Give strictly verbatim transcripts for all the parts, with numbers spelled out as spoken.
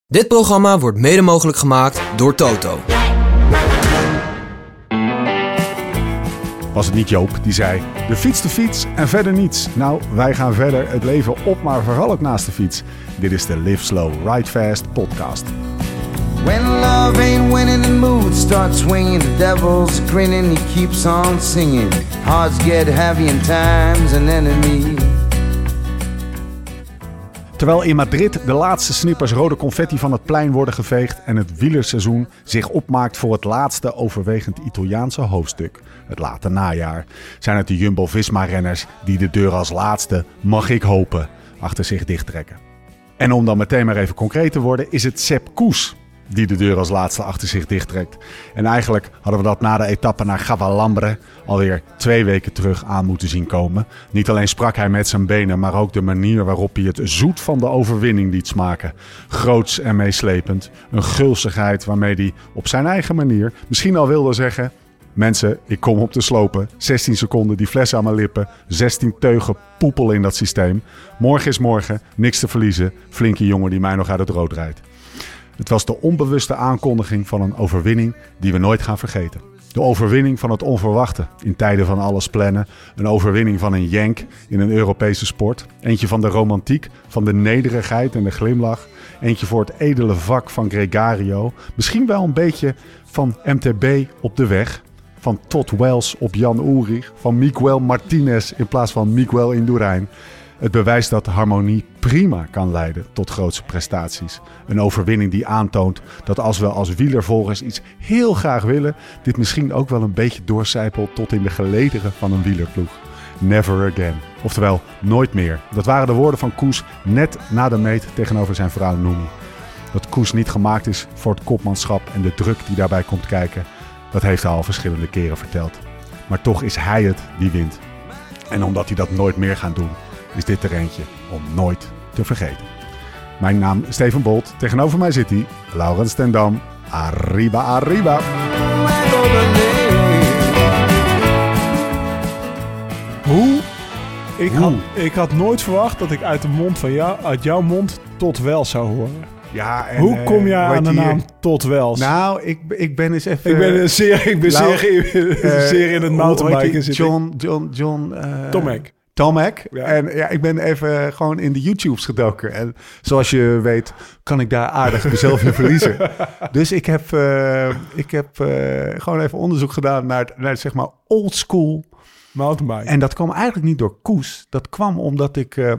Dit programma wordt mede mogelijk gemaakt door Toto. Was het niet Joop die zei, de fiets de fiets en verder niets. Nou, wij gaan verder het leven op, maar vooral ook naast de fiets. Dit is de Live Slow, Ride Fast podcast. When love ain't winning, the mood starts swinging. The devil's grinning, he keeps on singing. Hearts get heavy and time's an enemy. Terwijl in Madrid de laatste snippers rode confetti van het plein worden geveegd en het wielerseizoen zich opmaakt voor het laatste overwegend Italiaanse hoofdstuk, het late najaar, zijn het de Jumbo-Visma-renners die de deur als laatste, mag ik hopen, achter zich dichttrekken. En om dan meteen maar even concreet te worden, is het Sepp Kuss die de deur als laatste achter zich dichttrekt. En eigenlijk hadden we dat na de etappe naar Gavalambre alweer twee weken terug aan moeten zien komen. Niet alleen sprak hij met zijn benen, maar ook de manier waarop hij het zoet van de overwinning liet smaken. Groots en meeslepend. Een gulzigheid waarmee hij op zijn eigen manier misschien al wilde zeggen: mensen, ik kom op te slopen. zestien seconden, die fles aan mijn lippen. zestien teugen poepel in dat systeem. Morgen is morgen, niks te verliezen. Flinke jongen die mij nog uit het rood rijdt. Het was de onbewuste aankondiging van een overwinning die we nooit gaan vergeten. De overwinning van het onverwachte in tijden van alles plannen. Een overwinning van een jenk in een Europese sport. Eentje van de romantiek, van de nederigheid en de glimlach. Eentje voor het edele vak van Gregario. Misschien wel een beetje van M T B op de weg. Van Todd Wells op Jan Ullrich. Van Miguel Martinez in plaats van Miguel Indurain. Het bewijst dat de harmonie prima kan leiden tot grootse prestaties. Een overwinning die aantoont dat als we als wielervolgers iets heel graag willen, dit misschien ook wel een beetje doorcijpelt tot in de gelederen van een wielerploeg. Never again. Oftewel, nooit meer. Dat waren de woorden van Kuss net na de meet tegenover zijn vrouw Noemi. Dat Kuss niet gemaakt is voor het kopmanschap en de druk die daarbij komt kijken, dat heeft hij al verschillende keren verteld. Maar toch is hij het die wint. En omdat hij dat nooit meer gaat doen, is dit er eentje om nooit te vergeten. Mijn naam is Steven Bolt. Tegenover mij zit hij, Laurens ten Dam. Arriba, arriba. Hoe? Ik had, ik had nooit verwacht dat ik uit de mond van jou, uit jouw mond Todd Wells zou horen. Ja, en, Hoe kom je uh, aan de je... naam Todd Wells? Nou, ik, ik ben eens even... Ik ben zeer, ik ben Lau... zeer, uh, zeer in het mountainbiken zitten. John, John, John... Uh... Tomek. Tomek. Ja. En ja, ik ben even gewoon in de YouTubes gedoken. En zoals je weet, kan ik daar aardig mezelf in verliezen. Dus ik heb, uh, ik heb uh, gewoon even onderzoek gedaan naar, naar zeg maar old school mountainbike. En dat kwam eigenlijk niet door Kuss. Dat kwam omdat ik, uh,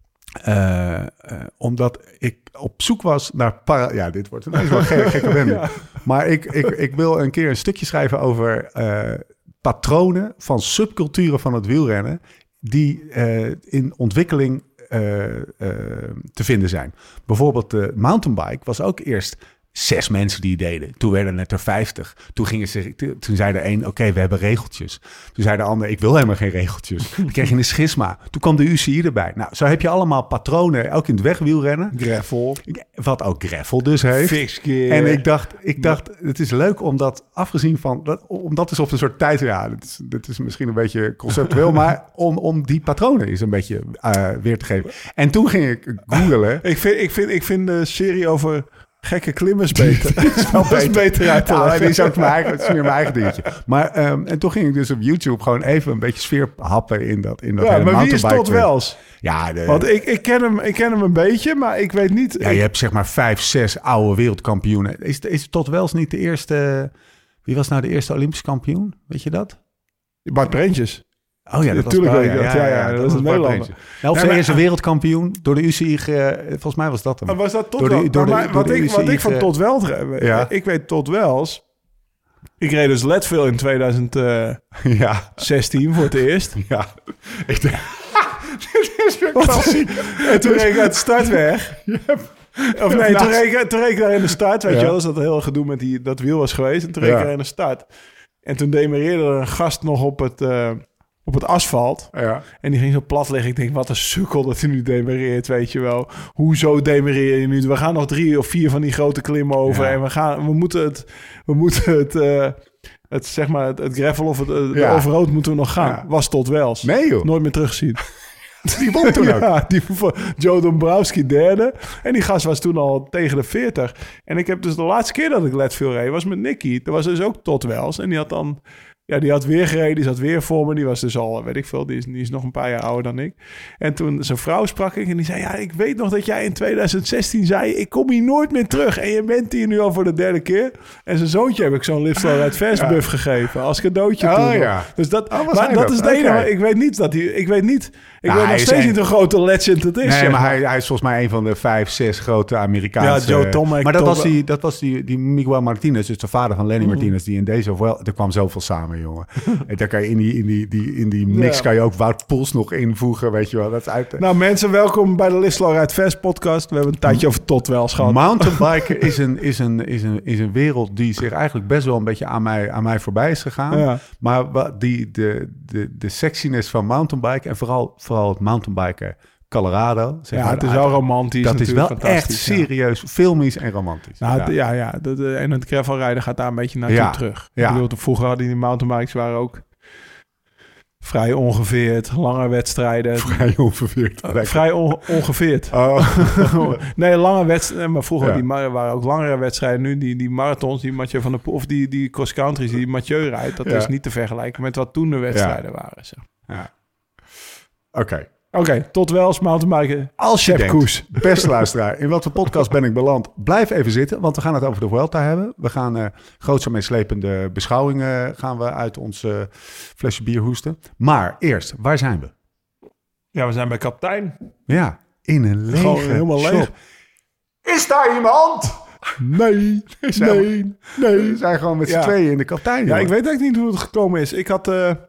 uh, uh, omdat ik op zoek was naar... Para- ja, dit wordt ineens wel gek, gekke bende. Ja. Maar ik, ik, ik wil een keer een stukje schrijven over uh, patronen van subculturen van het wielrennen die uh, in ontwikkeling uh, uh, te vinden zijn. Bijvoorbeeld de mountainbike was ook eerst zes mensen die deden. Toen werden het er vijftig. Toen, gingen ze, toen zei de een, oké, okay, we hebben regeltjes. Toen zei de ander, ik wil helemaal geen regeltjes. Dan kreeg je een schisma. Toen kwam de U C I erbij. Nou, zo heb je allemaal patronen, ook in het wegwielrennen. Gravel. Wat ook gravel dus heeft. Fixgear. En ik dacht, ik dacht, het is leuk om dat, afgezien van, dat, om dat is op een soort tijd, ja, dit is, dit is misschien een beetje conceptueel, maar om, om die patronen eens een beetje uh, weer te geven. En toen ging ik googlen. ik, vind, ik, vind, ik vind de serie over gekke klimmers beter. Dat is wel beter, beter uit te nou, leggen. Die is ook mijn eigen, het is meer mijn eigen dingetje. Maar um, en toen ging ik dus op YouTube gewoon even een beetje sfeer happen in dat in dat ja, hele maar wie is Todd weer. Wells? Ja, de, want ik, ik, ken hem, ik ken hem een beetje, maar ik weet niet. Ja, ik... je hebt zeg maar vijf, zes oude wereldkampioenen. Is, is Todd Wells niet de eerste? Wie was nou de eerste Olympisch kampioen? Weet je dat? Bart Breentjes. Oh ja, dat natuurlijk was, weet ik ja, dat. ja, Ja, ja, ja, dat dat is een Nederlander. Hij was de eerste wereldkampioen door de U C I. Ge, volgens mij was dat hem. Was dat Todd door de, Wells? door de, maar, door wat, de ik, U C I wat ik van ge... Todd Wells... Ja. Ik weet Todd Wells... Ik reed dus Leadville in twintig zestien ja. voor het eerst. Ja. Ik denk... Dit is weer klassiek. En toen reed ik uit de start weg. Yep. Of nee, toen reed, ik, toen reed ik daar in de start. Weet ja. je wel, dus dat heel gedoe met die, dat wiel was geweest. En toen reed ja. ik daar in de start. En toen demereerde er een gast nog op het... Uh, op het asfalt. Ja. En die ging zo plat liggen. Ik denk, wat een sukkel dat hij nu demereert, weet je wel. Hoezo demereer je nu? We gaan nog drie of vier van die grote klimmen over. Ja. En we, gaan, we moeten het... We moeten het... Uh, het, zeg maar, het, het gravel of het, het ja. overroad moeten we nog gaan. Ja. Was Todd Wells. Nee, joh. Nooit meer teruggezien. Die won toen ook. Ja, die Joe Dombrowski derde. En die gast was toen al tegen de veertig. En ik heb dus de laatste keer dat ik Leadville reed, was met Nicky. Dat was dus ook Todd Wells. En die had dan... Ja, die had weer gereden, die zat weer voor me. Die was dus al, weet ik veel, die is, die is nog een paar jaar ouder dan ik. En toen zijn vrouw sprak ik en die zei... Ja, ik weet nog dat jij in twintig zestien zei... Ik kom hier nooit meer terug. En je bent hier nu al voor de derde keer. En zijn zoontje heb ik zo'n Liftflow uit Vers buff ja. gegeven. Als cadeautje oh, toen. Ja. Dus dat, oh, maar dat, dat is het okay. enige. Ik weet niet dat hij... Ik weet niet... Ik nou, weet nog steeds een... niet een grote legend het is. Nee, zeg maar, maar hij, hij is volgens mij een van de vijf, zes grote Amerikaanse... Ja, Joe Tomac. Maar dat Tom... was, die, dat was die, die Miguel Martinez, dus de vader van Lenny mm. Martinez... die in deze of wel... Er kwam zoveel samen, jongen. En daar kan je in die, in die, die, in die mix ja. kan je ook Wout Poels nog invoegen, weet je wel. Dat is uit... Nou mensen, welkom bij de Liftflow uit Vers podcast. We hebben een tijdje over Todd Wells gehad. Mountainbiken is een, is, een, is, een, is een wereld die zich eigenlijk best wel een beetje aan mij, aan mij voorbij is gegaan. Ja. Maar die, de, de, de sexiness van mountainbiken en vooral, vooral het mountainbiken Colorado. Zeg ja, maar, het is wel romantisch. Dat is wel echt serieus, ja. filmisch en romantisch. Nou, ja, ja. ja de, de, en het gravelrijden gaat daar een beetje naartoe ja. terug. Ja. Ik bedoel, vroeger hadden die mountainbikes waren ook vrij ongeveerd, lange wedstrijden. Vrij ongeveerd. Uh, vrij on, ongeveerd. Oh. nee, lange wedstrijden. Maar vroeger ja. die waren ook langere wedstrijden. Nu die, die marathons, die Mathieu van der Poel, of die, die cross-countries die Mathieu rijdt, dat ja. is niet te vergelijken met wat toen de wedstrijden ja. waren. Zeg. Ja. Oké. Okay. Oké, okay, tot wel eens mountainbiken. Als je denkt, Koes. Beste luisteraar, in wat voor podcast ben ik beland? Blijf even zitten, want we gaan het over de Vuelta hebben. We gaan uh, grootse meeslepende beschouwingen gaan we uit ons uh, flesje bier hoesten. Maar eerst, waar zijn we? Ja, we zijn bij Kaptein. Ja, in een lege Gewoon helemaal shop. leeg. Is daar iemand? Nee, nee, nee. We zijn gewoon met z'n ja. tweeën in de Kaptein. Ja, ik weet eigenlijk niet hoe het gekomen is. Ik had, uh,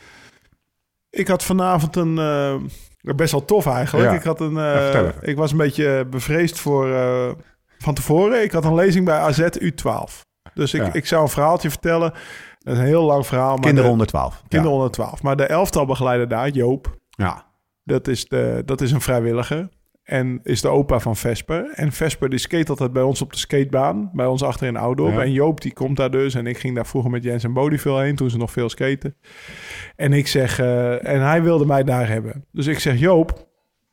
ik had vanavond een... Uh, Best wel tof eigenlijk. Ja. Ik, had een, uh, ik was een beetje bevreesd voor uh, van tevoren. Ik had een lezing bij A Z U twaalf. Dus ik, ja. ik zou een verhaaltje vertellen. Dat is een heel lang verhaal. Maar Kinderen onder twaalf. Kinderen ja. onder twaalf. Maar de elftalbegeleider daar, Joop. Ja. Dat is, de, dat is een vrijwilliger. En is de opa van Vesper. En Vesper die skate altijd bij ons op de skatebaan. Bij ons achter in Oudorp. Ja. En Joop die komt daar dus. En ik ging daar vroeger met Jens en Bodyville heen. Toen ze nog veel skaten. En ik zeg... Uh, en hij wilde mij daar hebben. Dus ik zeg Joop...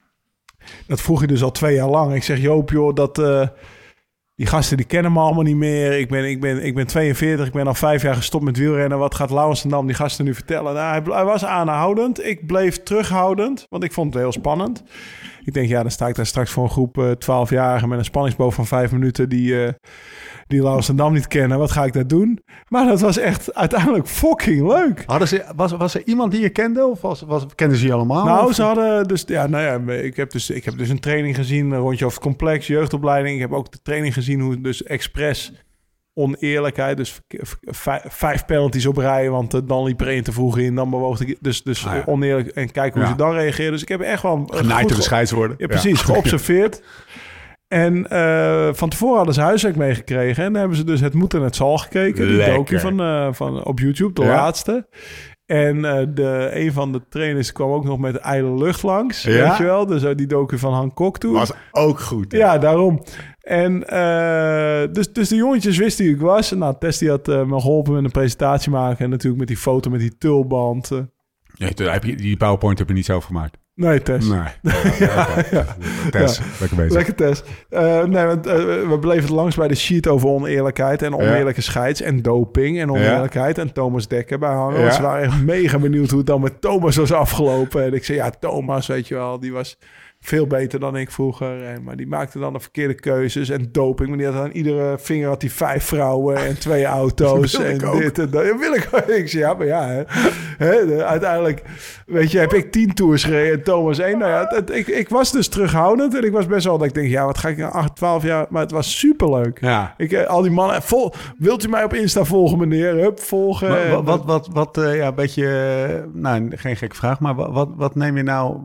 Dat vroeg je dus al twee jaar lang. Ik zeg Joop joh, dat... Uh, die gasten die kennen me allemaal niet meer. Ik ben, ik, ben, ik ben tweeënveertig. Ik ben al vijf jaar gestopt met wielrennen. Wat gaat Lauwensdam die gasten nu vertellen? Nou, hij, hij was aanhoudend. Ik bleef terughoudend. Want ik vond het heel spannend. Ik denk, ja, dan sta ik daar straks voor een groep uh, twaalfjarigen... met een spanningsboog van vijf minuten... die, uh, die Lauwensdam niet kennen. Wat ga ik daar doen? Maar dat was echt uiteindelijk fucking leuk. Hadden ze, was, was er iemand die je kende? Of was, was, kenden ze je allemaal? Nou, of? ze hadden dus... Ja, nou ja, ik heb dus, ik heb dus een training gezien... een rondje over het complex, jeugdopleiding. Ik heb ook de training gezien hoe dus expres... oneerlijkheid, dus v- vijf penalties op rij, want uh, dan liep er één te vroeg in, dan bewoog ik, dus, dus ah, ja. oneerlijk en kijken hoe ja. ze dan reageren. Dus ik heb echt wel... Genaaid door de scheidswoorden. Ja, precies, ja. geobserveerd. En uh, van tevoren hadden ze huiswerk meegekregen en dan hebben ze dus Het Moet en Het Zal gekeken. Die docu van, uh, van op YouTube, de ja. laatste. En uh, de, een van de trainers kwam ook nog met ijle lucht langs, ja? weet je wel. Dus uh, die docu van Han Kok toen. Was ook goed. Hè? Ja, daarom. En uh, dus, dus de jongetjes wisten wie ik was. Nou, Tess die had uh, me geholpen met een presentatie maken. En natuurlijk met die foto met die tulband. Uh. Ja, heb je, die PowerPoint heb je niet zelf gemaakt? Nee, Tess. Nee. ja, ja. Tess, ja. lekker bezig. Lekker Tess. Uh, nee, want, uh, we bleven langs bij de sheet over oneerlijkheid en oneerlijke ja. scheids en doping en oneerlijkheid. Ja. En Thomas Dekker bij hangen. Ja. Ze waren echt mega benieuwd hoe het dan met Thomas was afgelopen. En ik zei, ja, Thomas, weet je wel, die was... veel beter dan ik vroeger. En, maar die maakte dan de verkeerde keuzes. En doping. Maar die had aan iedere vinger had hij vijf vrouwen en twee auto's. en dit en dat. Ja, wil ik ook. Ik zei, ja, maar ja. Hè. Hè, de, uiteindelijk, weet je, heb ik tien tours gereden en Thomas één. Nou ja, het, het, ik, ik was dus terughoudend. En ik was best wel dat ik denk, ja, wat ga ik nou acht, twaalf jaar. Maar het was superleuk. Ja. Ik, al die mannen, vol, wilt u mij op Insta volgen, meneer? Hup, volgen. Maar, wat, wat, wat, wat uh, ja, een beetje, uh, nou, geen gekke vraag. Maar wat, wat, wat neem je nou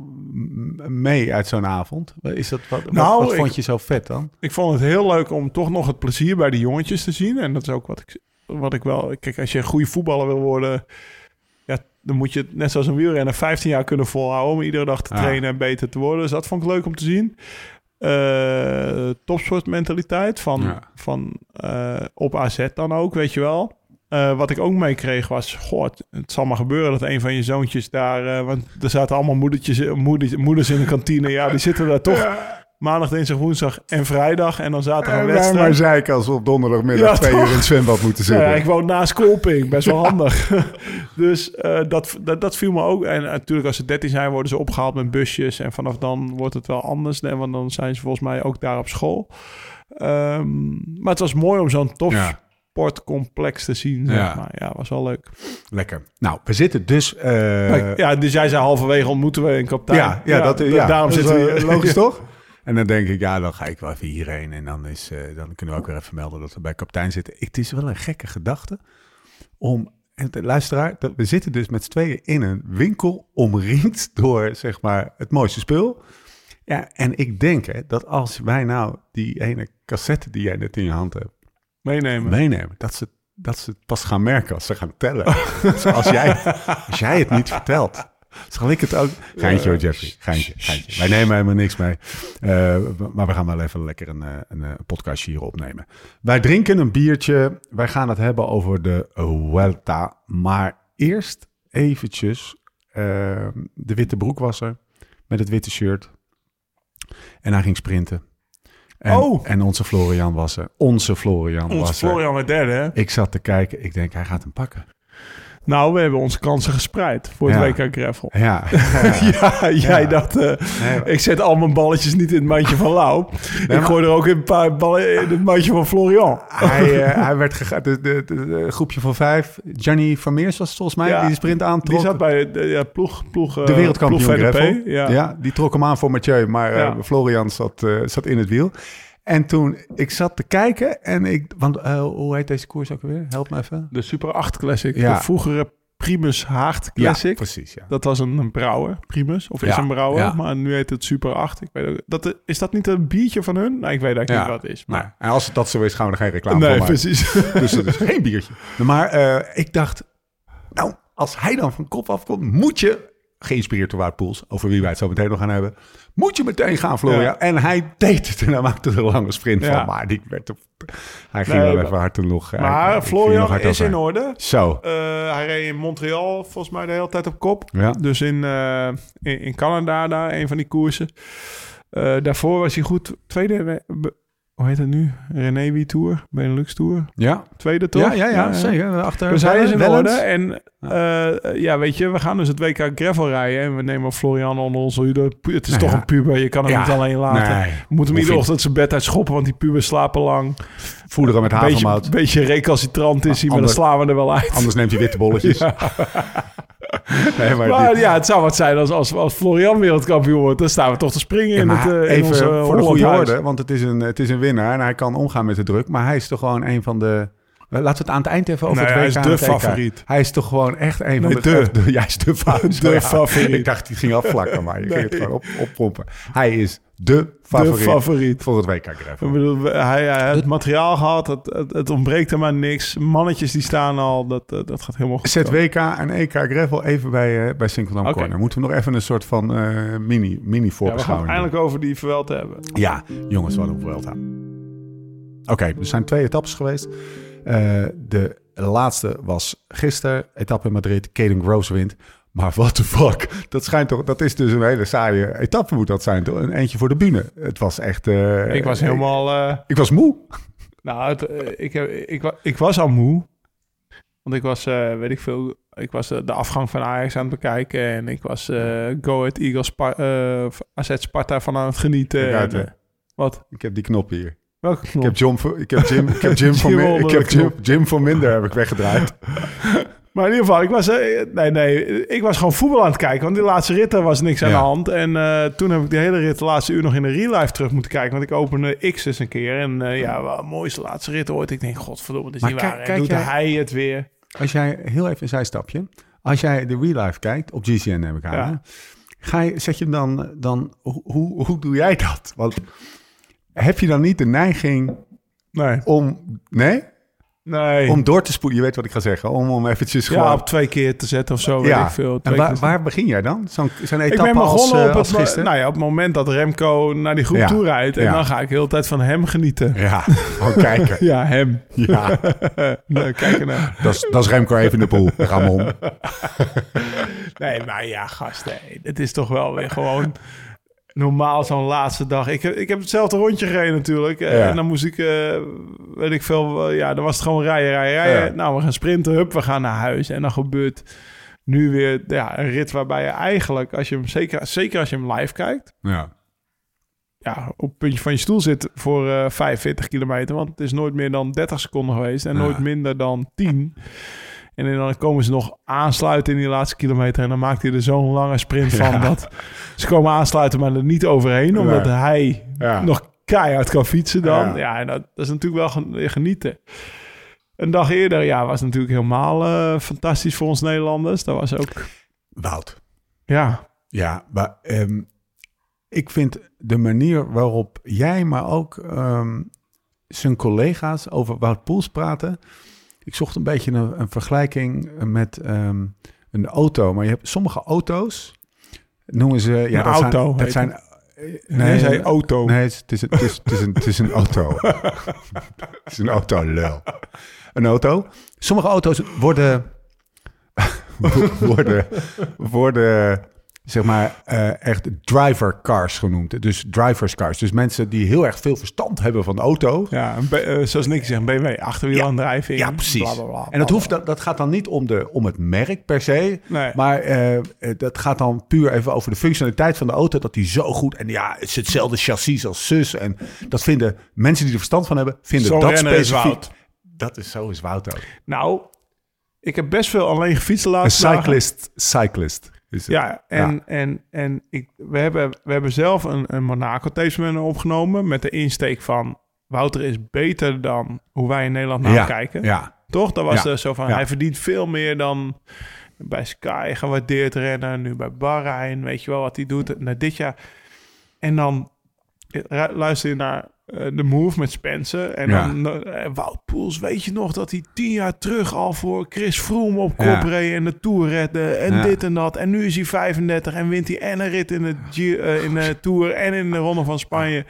mee uit zo'n avond? Is dat, wat, nou, wat, wat vond ik, je zo vet dan? Ik vond het heel leuk om toch nog het plezier bij de jongetjes te zien. En dat is ook wat ik, wat ik wel... Kijk, als je een goede voetballer wil worden... Ja, dan moet je het net zoals een wielrenner vijftien jaar kunnen volhouden... om iedere dag te trainen ja. en beter te worden. Dus dat vond ik leuk om te zien. Uh, topsportmentaliteit van, ja. van uh, op A Z dan ook, weet je wel. uh, wat ik ook meekreeg was... Goh, het, het zal maar gebeuren dat een van je zoontjes daar... Uh, want er zaten allemaal moedertjes, moeders, moeders in de kantine. Ja, die zitten daar toch... Ja. Maandag, dinsdag, woensdag en vrijdag. En dan zaterdag een wedstrijd. Maar zei ik als we op donderdagmiddag ja, twee toch? uur in het zwembad moeten zitten. Ja, ik woon naast Kolping. Best wel handig. dus uh, dat, dat, dat viel me ook. En natuurlijk als ze dertien zijn worden ze opgehaald met busjes. En vanaf dan wordt het wel anders. Nee, want dan zijn ze volgens mij ook daar op school. Um, maar het was mooi om zo'n tof ja. sportcomplex te zien. Zeg ja. maar. Ja, was wel leuk. Lekker. Nou, we zitten dus... Uh... Ja, dus jij zei halverwege ontmoeten we in Kaptein. Ja, ja, dat, ja. daarom dat zitten we... Logisch toch? En dan denk ik, ja, dan ga ik wel even hierheen. En dan, is, uh, dan kunnen we ook weer even melden dat we bij Kaptein zitten. Het is wel een gekke gedachte om... Luisteraar, dat we zitten dus met z'n tweeën in een winkel omringd door, zeg maar, het mooiste spul. Ja, en ik denk hè, dat als wij nou die ene cassette die jij net in je hand hebt... Meenemen. Meenemen, dat ze, dat ze het pas gaan merken als ze gaan tellen. Dus als, jij, als jij het niet vertelt... Zal ik het ook? Geintje hoor, Jeffrey. Geintje, geintje. Wij nemen helemaal niks mee. Uh, maar we gaan wel even lekker een, een, een podcastje hier opnemen. Wij drinken een biertje. Wij gaan het hebben over de Vuelta. Maar eerst eventjes uh, de witte broekwasser met het witte shirt. En hij ging sprinten. En, oh. en onze Florian was er. Onze Florian onze was er. Onze Florian werd derde, hè? Ik zat te kijken. Ik denk, hij gaat hem pakken. Nou, we hebben onze kansen gespreid voor het ja. W K Gravel. Ja, ja, ja jij ja. dacht... Uh, nee, ik zet al mijn balletjes niet in het mandje van Lau. Nee, ik gooi er ook een paar ballen in het mandje van Florian. Hij, uh, hij werd gegaan... De, de, de, de groepje van vijf. Gianni Vermeers was het volgens mij, ja, die de sprint aantrok. Die zat bij de ja, ploeg, ploeg... Uh, de wereldkampioen ploeg Gravel. Ja. ja, die trok hem aan voor Mathieu. Maar ja. uh, Florian zat, uh, zat in het wiel. En toen, ik zat te kijken en ik... Want uh, hoe heet deze koers ook alweer? Help me even. De Super acht Classic. Ja. De vroegere... Primus Haagd Classic. Ja, precies, ja. Dat was een, een brouwer, Primus. Of is ja, een brouwer, ja. maar nu heet het Super acht. Ik weet ook, dat, is dat niet een biertje van hun? Nou, ik weet eigenlijk ja. niet wat het is. Maar... Nee. En als het dat zo is, gaan we er geen reclame nee, van maken. precies. Dus dat is geen biertje. Maar uh, ik dacht, nou, als hij dan van kop afkomt, moet je... Geïnspireerd door Wout Poels, over wie wij het zo meteen nog gaan hebben. Moet je meteen gaan, Florian. Ja. En hij deed het en hij maakte er een lange sprint ja. van. Maar die werd op, hij ging nee, wel even hard nog. Maar hij, Florian nog hard is in orde. Zo. Uh, hij reed in Montreal volgens mij de hele tijd op kop. Ja. Dus in, uh, in, in Canada daar, een van die koersen. Uh, daarvoor was hij goed. Tweede... Hoe heet het nu? René Tour, Benelux Tour. Ja. Tweede toch? Ja, ja, ja, ja. zeker. Achter dus hij is in orde. En uh, ja, weet je, we gaan dus het W K Gravel rijden. En we nemen Florian onder onze hoede. Het is nou, toch ja. een puber. Je kan hem ja. niet alleen laten. Nee. We moeten hem iedere ochtend zijn bed uitschoppen, want die pubers slapen lang. Voederen met hagelmout. Een beetje, beetje recalcitrant is hij, maar dan slaan we er wel uit. Anders neemt hij witte bolletjes. Ja. Nee, maar maar ja, het zou wat zijn als, als, als Florian wereldkampioen wordt. Dan staan we toch te springen in ja, het uh, even in onze voor de goede orde, want het is, een, het is een winnaar en hij kan omgaan met de druk. Maar hij is toch gewoon een van de... Laten we het aan het eind even over nee, het W K. Hij is de favoriet. Hij is toch gewoon echt een nee, van de... de. de jij is de, favoriet. de favoriet. Ik dacht, die ging afvlakken, maar je nee. ging het gewoon op, oppompen. Hij is de favoriet, de favoriet voor het W K Gravel. Ik bedoel, hij, hij heeft het materiaal gehad, het, het, het ontbreekt hem aan niks. Mannetjes die staan al, dat, dat gaat helemaal goed. Zet W K en E K Gravel even bij, uh, bij Sinkeldam okay. Corner. Moeten we nog even een soort van uh, mini, mini voorbeschouwing ja, we gaan eindelijk over die Vuelta hebben. Ja, jongens, wat een Vuelta. Oké, okay, er zijn twee etappes geweest. Uh, de laatste was gisteren, etappe in Madrid, Caden Groves wint. Maar what the fuck, dat schijnt toch, dat is dus een hele saaie etappe moet dat zijn, toch? Een eentje voor de bühne. Het was echt... Uh, ik was helemaal... Uh... Ik was moe. Nou, het, uh, ik, heb, ik, ik was al moe. Want ik was, uh, weet ik veel, ik was uh, de afgang van Ajax aan het bekijken. En ik was uh, Go Ahead Eagles, Spa- uh, A Z Sparta van aan het genieten. En, uh, wat? Ik heb die knop hier. Welke knop? Ik heb Jim, ik heb Jim, ik heb Jim, van, ik heb Jim, Jim van Minder heb ik weggedraaid. Maar in ieder geval, ik was, uh, nee, nee, ik was gewoon voetbal aan het kijken. Want die laatste rit, er was niks ja. aan de hand. En uh, toen heb ik de hele rit, de laatste uur nog in de real life terug moeten kijken. Want ik opende X eens een keer. En uh, ja, wel, mooiste laatste rit ooit. Ik denk, godverdomme, dat is maar niet kijk, waar. Kijk, doet jij, hij het weer. Als jij, heel even een zijstapje. Als jij de real life kijkt, op G C N heb ik aan. Ja. Ga je, zet je hem dan, dan hoe, hoe, hoe doe jij dat? Want heb je dan niet de neiging nee. om... Nee? Nee. Om door te spoelen, je weet wat ik ga zeggen. Om, om eventjes ja, gewoon... op twee keer te zetten of zo, ja. weet ik veel. En waar, waar begin jij dan? Zo'n, zo'n etappe ik ben begonnen als, uh, op, als het, gisteren? nou ja, op het moment dat Remco naar die groep Ja. toe rijdt. En Ja. dan ga ik de hele tijd van hem genieten. Ja, gewoon kijken. Ja, hem. Ja. Nee, kijken naar. Dat is, dat is Remco even in de poel, Ramon. Nee, maar ja, gast, nee, het is toch wel weer gewoon normaal zo'n laatste dag. Ik heb, ik heb hetzelfde rondje gereden natuurlijk. Ja. En dan moest ik, uh, weet ik veel, uh, ja, dan was het gewoon rijden, rijden, rijden. Ja. Nou, we gaan sprinten, hup, we gaan naar huis. En dan gebeurt nu weer ja, een rit waarbij je eigenlijk, als je hem zeker, zeker als je hem live kijkt, Ja. ja, op het puntje van je stoel zit voor uh, vijfenveertig kilometer. Want het is nooit meer dan dertig seconden geweest en ja. nooit minder dan tien. En dan komen ze nog aansluiten in die laatste kilometer. En dan maakt hij er zo'n lange sprint van. Ja. Dat ze komen aansluiten, maar er niet overheen. Omdat ja. hij ja. nog keihard kan fietsen dan. Ja, ja en dat, dat is natuurlijk wel genieten. Een dag eerder ja, was natuurlijk helemaal uh, fantastisch voor ons Nederlanders. Dat was ook... Wout. Ja. Ja, maar um, ik vind de manier waarop jij, maar ook um, zijn collega's over Wout Poels praten... Ik zocht een beetje een, een vergelijking met um, een auto. Maar je hebt sommige auto's, noemen ze... Ja, een dat auto. Zijn, dat zijn, nee, nee, zei auto. Nee, het is, het is, het is, een, het is een auto. Het is een auto, lul. Een auto. Sommige auto's worden... worden... worden zeg maar uh, echt driver cars genoemd. Dus drivers cars. Dus mensen die heel erg veel verstand hebben van de auto. Ja, uh, zoals Nicky zegt, een B M W, achterwielaandrijving. Ja, ja, precies. Bla, bla, bla, bla, en dat, hoeft, dat, dat gaat dan niet om, de, om het merk per se. Nee. Maar uh, dat gaat dan puur even over de functionaliteit van de auto. Dat die zo goed... En ja, het is hetzelfde chassis als zus. En dat vinden mensen die er verstand van hebben... vinden zo dat specifiek. Is dat is zo is Wout ook. Nou, ik heb best veel alleen gefietst de laatste Een cyclist, cyclist. Ja, en, ja. en, en ik, we, hebben, we hebben zelf een, een Monaco-tapesman opgenomen... met de insteek van... Wouter is beter dan hoe wij in Nederland naar ja, kijken. Ja. Toch? Dat was ja, er zo van... Ja. Hij verdient veel meer dan bij Sky gewaardeerd rennen... nu bij Bahrein, weet je wel wat hij doet. Naar dit jaar. En dan luister je naar... Uh, de Move met Spencer. En ja. dan uh, Wout Poels, weet je nog dat hij tien jaar terug al voor Chris Froome op kop ja. reed en de Tour redde en ja. dit en dat. En nu is hij vijfendertig en wint hij en een rit in de, G, uh, in de Tour en in de Ronde van Spanje.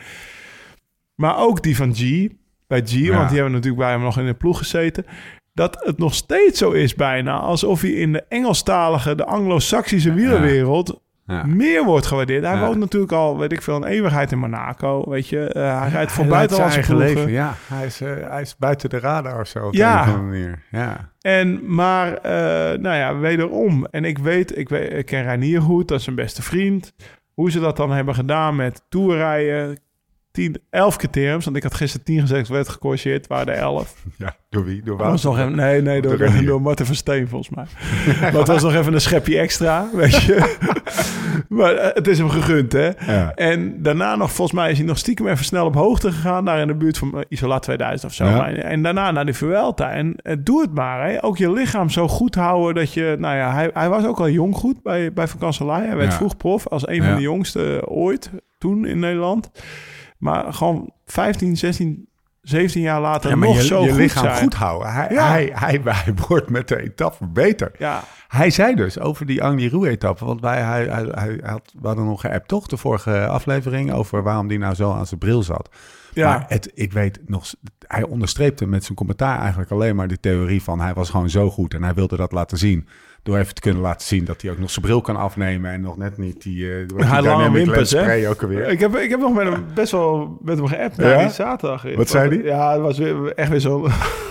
Maar ook die van G, bij G, ja. want die hebben natuurlijk bij hem nog in de ploeg gezeten. Dat het nog steeds zo is bijna alsof hij in de Engelstalige, de Anglo-Saxische wielerwereld... Ja. Ja. meer wordt gewaardeerd. Hij ja. woont natuurlijk al, weet ik veel, een eeuwigheid in Monaco, weet je. Uh, hij rijdt voor buitenlandse eigen leven. Ja, hij is, uh, hij is buiten de radar of zo. Op ja. een manier. Ja. En, maar, uh, nou ja, wederom. En ik weet, ik, weet, ik ken Reinier goed, dat is zijn beste vriend. Hoe ze dat dan hebben gedaan met toerrijden, tien, elf criteriums. Want ik had gisteren tien gezegd, werd gecorrigeerd, waren er elf. Ja, door wie? Door was nog even, nee, nee, door, door, door Marten Versteen volgens mij. Maar het was nog even een schepje extra, weet je. Maar uh, het is hem gegund, hè. Ja. En daarna nog, volgens mij is hij nog stiekem even snel op hoogte gegaan, daar in de buurt van uh, Isola tweeduizend of zo. Ja. Maar, en daarna naar de Vuelta. En uh, doe het maar, hè. Ook je lichaam zo goed houden dat je, nou ja, hij, hij was ook al jong goed bij, bij Van Kanselij. Hij werd ja. vroeg prof, als een ja. van de jongste ooit toen in Nederland. Maar gewoon vijftien, zestien, zeventien jaar later ja, nog je, zo je goed lichaam zijn. goed houden. Hij, ja. hij, hij, hij wordt met de etappe beter. Ja. Hij zei dus over die Angliru-etappe, want wij, hij, hij, hij had, we hadden nog geappt toch, de vorige aflevering, over waarom die nou zo aan zijn bril zat. Ja. Maar het, ik weet nog, hij onderstreepte met zijn commentaar eigenlijk alleen maar de theorie van hij was gewoon zo goed en hij wilde dat laten zien. Door even te kunnen laten zien dat hij ook nog zijn bril kan afnemen en nog net niet die, uh, die hij lange wimpers, spray ook alweer. Ik heb, ik heb nog met hem best wel met hem geappt ja? die zaterdag. Wat zei hij? Ja, het was weer, echt weer zo.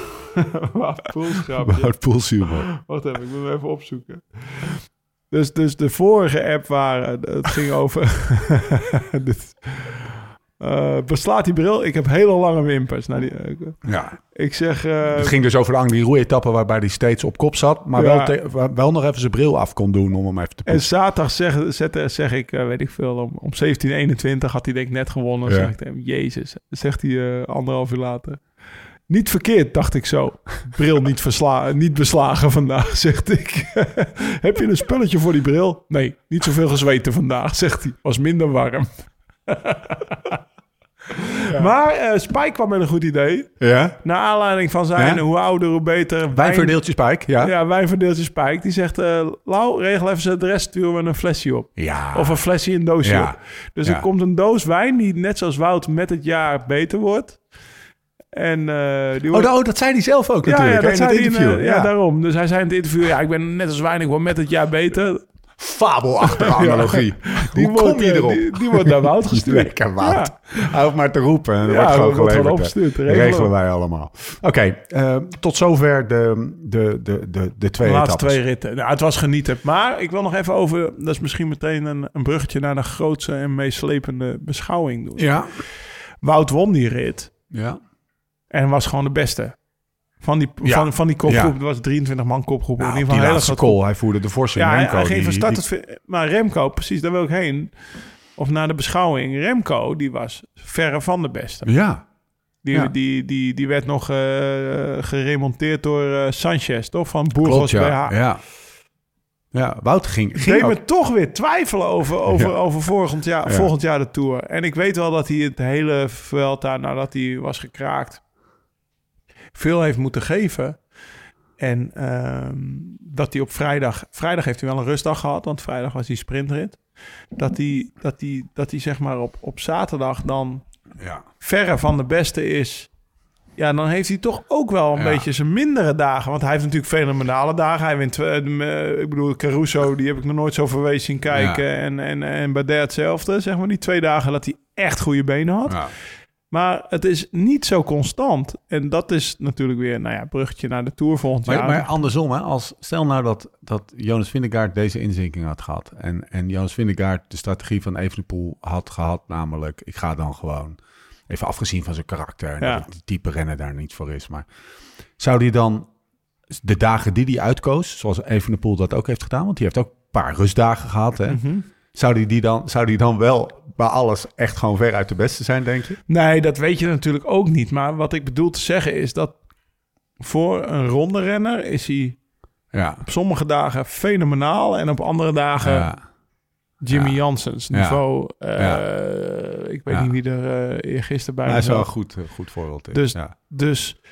Wout Poels grapje. Wout Poels humor. Wacht even, ik moet hem even opzoeken. Dus, dus de vorige app waren, het ging over... dit, uh, beslaat die bril? Ik heb hele lange wimpers. Nou, die, uh, ja. Ik zeg... Uh, het ging dus over de Angliru-etappe waarbij hij steeds op kop zat, maar ja. wel, te, wel nog even zijn bril af kon doen om hem even te poetsen. En zaterdag zeg, zeg, zeg ik, uh, weet ik veel, om, om zeventien eenentwintig had hij denk ik net gewonnen. Ja. Zeg ik tegen hem, jezus. Zegt hij uh, anderhalf uur later. Niet verkeerd, dacht ik zo. Bril niet, versla- niet beslagen vandaag, zegt ik. Heb je een spulletje voor die bril? Nee, niet zoveel gezweten vandaag, zegt hij. Was minder warm. Ja. Maar uh, Spike kwam met een goed idee. Ja? Naar aanleiding van zijn Ja? hoe ouder, hoe beter. Wijn... Wijnverdeeltje Spike, ja. Ja, wijnverdeeltje Spike. Die zegt, uh, Lau, regel even de rest, sturen we een flesje op. Ja. Of een flesje een doosje Ja. op. Dus Ja. er komt een doos wijn die net zoals Wout met het jaar beter wordt. En, uh, die wordt... oh, oh, dat zei hij zelf ook ja, natuurlijk. Ja, dat in het zei interview. in, uh, ja. ja, daarom. Dus hij zei in het interview, ja, ik ben net als wijn, ik word met het jaar beter. Fabelachtige analogie. Die Hoe wordt, kom je uh, erop? Die, die wordt naar Wout gestuurd. Lekker Wout. Ja. Hij hoeft maar te roepen. En er Ja, wordt gewoon wordt geleverd. gewoon opgestuurd. Dat Regelen. regelen wij allemaal. Oké, okay, uh, tot zover de, de, de, de, de twee de laatste etappes. twee ritten. Nou, het was genieten. Maar ik wil nog even over... Dat is misschien meteen een, een bruggetje naar de grootste en meest slepende beschouwing doen. Ja. Wout won die rit. Ja. En was gewoon de beste. Van die, Ja. van, van die kopgroep. Ja. Het was drieëntwintig man kopgroep. Nou, in ieder die geval een laatste hele grote call, hij voerde de forse Ja, Remco. hij ging die, van start die, tot... Maar Remco, precies, daar wil ik heen. Of naar de beschouwing. Remco, die was verre van de beste. Ja. Die, Ja. die, die, die werd nog uh, geremonteerd door uh, Sanchez, toch? Van Burgos Klopt, bij ja. haar. ja. Ja, Wout ging... Ik ging deed ook- me toch weer twijfelen over, over, Ja. over volgend, jaar, Ja. volgend jaar de Tour. En ik weet wel dat hij het hele Vuelta, nadat hij was gekraakt, veel heeft moeten geven. En ehm, dat hij op vrijdag... Vrijdag heeft hij wel een rustdag gehad, want vrijdag was die sprintrit. Dat hij, dat hij, dat hij zeg maar op, op zaterdag dan Ja. verre van de beste is. Ja, dan heeft hij toch ook wel een Ja. beetje zijn mindere dagen. Want hij heeft natuurlijk fenomenale dagen. Hij wint, uh, uh, ik bedoel, Caruso, die heb ik nog nooit zo verwezen zien kijken. Ja. En, en, en Bardet hetzelfde, zeg maar. Die twee dagen dat hij echt goede benen had. Ja. Maar het is niet zo constant. En dat is natuurlijk weer, nou ja, bruggetje naar de Tour volgend Maar, jaar. maar andersom, hè, als, stel nou dat, dat Jonas Vingegaard deze inzinking had gehad. En, en Jonas Vingegaard de strategie van Evenepoel had gehad. Namelijk, ik ga dan gewoon, even afgezien van zijn karakter. En Ja. dat het type rennen daar niet voor is. Maar zou hij dan de dagen die hij uitkoos, zoals Evenepoel dat ook heeft gedaan. Want die heeft ook een paar rustdagen gehad. Hè, Mhm. zou, die die dan, zou die dan wel bij alles echt gewoon ver uit de beste zijn, denk je? Nee, dat weet je natuurlijk ook niet. Maar wat ik bedoel te zeggen is dat voor een ronde renner is hij Ja. op sommige dagen fenomenaal. En op andere dagen Ja. Jimmy Ja. Janssens Ja. niveau. Uh, Ja. Ik weet Ja. niet wie er uh, eergisteren bij Hij was. is wel een goed, uh, goed voorbeeld. in. Dus, ja. dus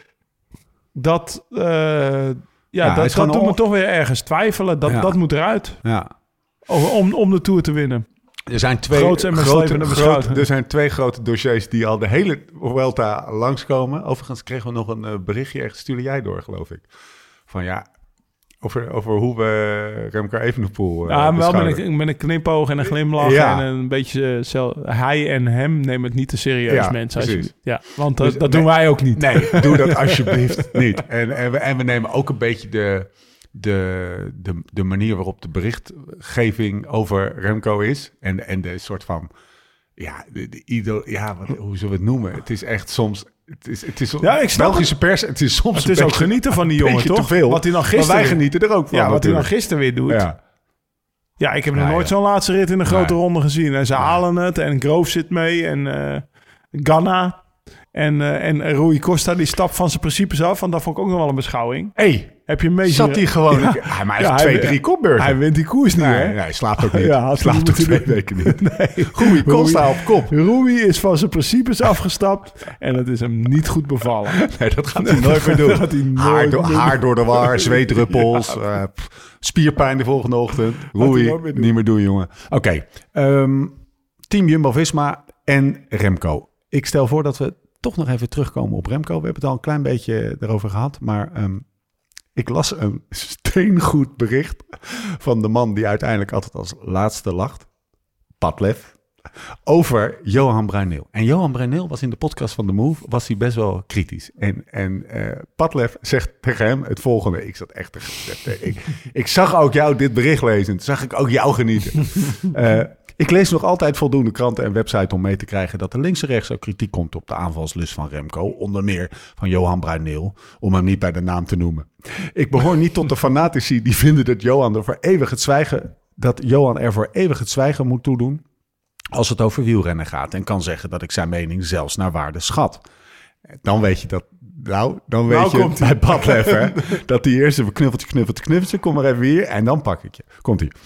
dat, uh, ja, hij dat, is dat gewoon doet me al- toch weer ergens twijfelen. Dat, Ja. dat moet eruit ja. om, om, om de Tour te winnen. Er zijn twee Groots en grote, meeslepende beschouwing. grote, er zijn twee grote dossiers die al de hele Vuelta langskomen. Overigens kregen we nog een uh, berichtje, echt stuurde jij door, geloof ik. Van ja, over, over hoe we Remco Evenepoel uh, Ja, maar wel met beschouwen. een, met een knipoog en een glimlach Ja. en een beetje... uh, Zel, hij en hem nemen het niet te serieus, Ja, mensen. precies. alsjeblieft. Ja, want dat, Dus, dat nee, doen wij ook niet. Nee, doe dat alsjeblieft niet. En, en, we, en we nemen ook een beetje de, de, de, de manier waarop de berichtgeving over Remco is. En, en de soort van, ja, de, de idol, ja wat, hoe zullen we het noemen? Het is echt soms... Het is, het is Ja, ik snap Belgische pers, het is soms Het een is ook beetje- genieten van die een jongen, beetje toch? te veel. Wat hij dan Maar gisteren wij weer- genieten er ook van. Ja, wat hij dan natuurlijk. gisteren weer doet. Ja, Ja. ik heb nog Ja, nooit ja. zo'n laatste rit in een grote Nee. ronde gezien. En ze Nee. halen het en Grove zit mee en uh, Ganna. En, uh, en Rui Costa die stapt van zijn principes af. Want dat vond ik ook nog wel een beschouwing. Hey, Heb je mee zat zien- hij gewoon... Ja. Hij maakt Ja, twee, hij- drie kopbeurten. Hij wint die koers niet, nee, hè? nee, hij slaapt ook niet. Ja, had hij slaapt niet ook twee moeten weken niet. Nee. Rui Costa op kop. Rui is van zijn principes afgestapt. En het is hem niet goed bevallen. Nee, dat gaat hij nooit meer doen. Dat gaat hij nooit haar, door, meer doen. haar door de war, zweetdruppels, eh, pff, spierpijn de volgende ochtend. hij Rui, nooit meer doen. niet meer doen, jongen. Oké, okay, um, Team Jumbo-Visma en Remco. Ik stel voor dat we toch nog even terugkomen op Remco. We hebben het al een klein beetje erover gehad, maar um, ik las een steengoed bericht van de man die uiteindelijk altijd als laatste lacht, Padlef, over Johan Bruyneel. En Johan Bruyneel was in de podcast van The Move, was hij best wel kritisch. En, en uh, Padlef zegt tegen hem het volgende. Ik zat echt te, ik, ik zag ook jou dit bericht lezen. Toen zag ik ook jou genieten. Uh, ik lees nog altijd voldoende kranten en websites om mee te krijgen dat er links en rechts ook kritiek komt op de aanvalslust van Remco. Onder meer van Johan Bruyneel, om hem niet bij de naam te noemen. Ik behoor niet tot de fanatici die vinden dat Johan er voor eeuwig het zwijgen, dat Johan er voor eeuwig het zwijgen moet toedoen als het over wielrennen gaat en kan zeggen dat ik zijn mening zelfs naar waarde schat. Dan weet je dat, nou, dan weet Nou je komt bij Padlef, hè, dat die eerste knuffeltje, knuffeltje, knuffeltje, kom maar even hier en dan pak ik je. Komt-ie.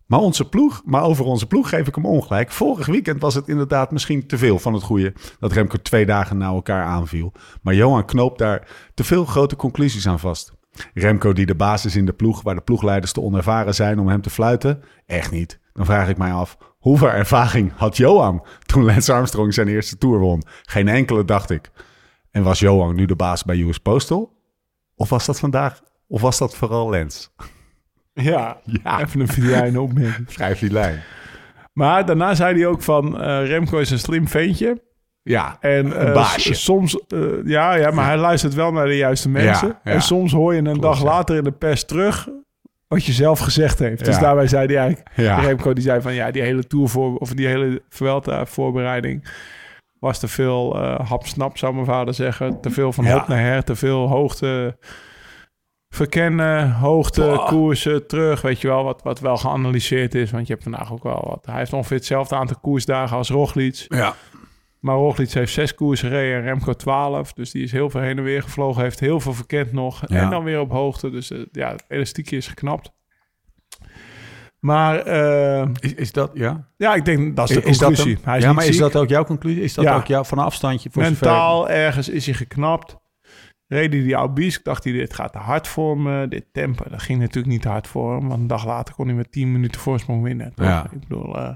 Maar, onze ploeg, maar over onze ploeg geef ik hem ongelijk. Vorig weekend was het inderdaad misschien te veel van het goede... dat Remco twee dagen na elkaar aanviel. Maar Johan knoopt daar te veel grote conclusies aan vast. Remco die de baas is in de ploeg... waar de ploegleiders te onervaren zijn om hem te fluiten? Echt niet. Dan vraag ik mij af, hoeveel ervaring had Johan... toen Lance Armstrong zijn eerste Tour won? Geen enkele, dacht ik. En was Johan nu de baas bij U S Postal? Of was dat vandaag? Of was dat vooral Lance? Ja, ja. Even een filiale opmerking. Vrij filijn. Maar daarna zei hij ook van... Uh, Remco is een slim ventje. Ja, en, uh, een baasje. Soms, uh, ja, ja, maar hij luistert wel naar de juiste mensen. Ja, ja. En soms hoor je een Klopt, dag later in de pers terug... wat je zelf gezegd heeft. Ja. Dus daarbij zei hij eigenlijk... Ja. Remco die zei van... ja, die hele Tour voor, of die hele Vuelta voorbereiding... was te veel uh, hap-snap, zou mijn vader zeggen. Te veel van ja. hop naar her, te veel hoogte... verkennen, hoogte, oh. koersen, terug. Weet je wel, wat, wat wel geanalyseerd is. Want je hebt vandaag ook wel wat... Hij heeft ongeveer hetzelfde aantal koersdagen als Roglic. Ja. Maar Roglic heeft zes koersen gereden en Remco twaalf. Dus die is heel veel heen en weer gevlogen. Heeft heel veel verkend nog. Ja. En dan weer op hoogte. Dus uh, ja, het elastiekje is geknapt. Maar... Uh, is, is dat, ja? Ja, ik denk dat is de is, conclusie. Is dat een, ja, maar ziek. Is dat ook jouw conclusie? Is dat ja. ook jouw van een afstandje? Voor Mentaal zover... ergens is hij geknapt. Reed hij die Albisk, dacht hij, dit gaat te hard voor me. Dit tempo, dat ging natuurlijk niet te hard voor hem. Want een dag later kon hij met tien minuten voorsprong winnen. Ja. Ik bedoel... Uh,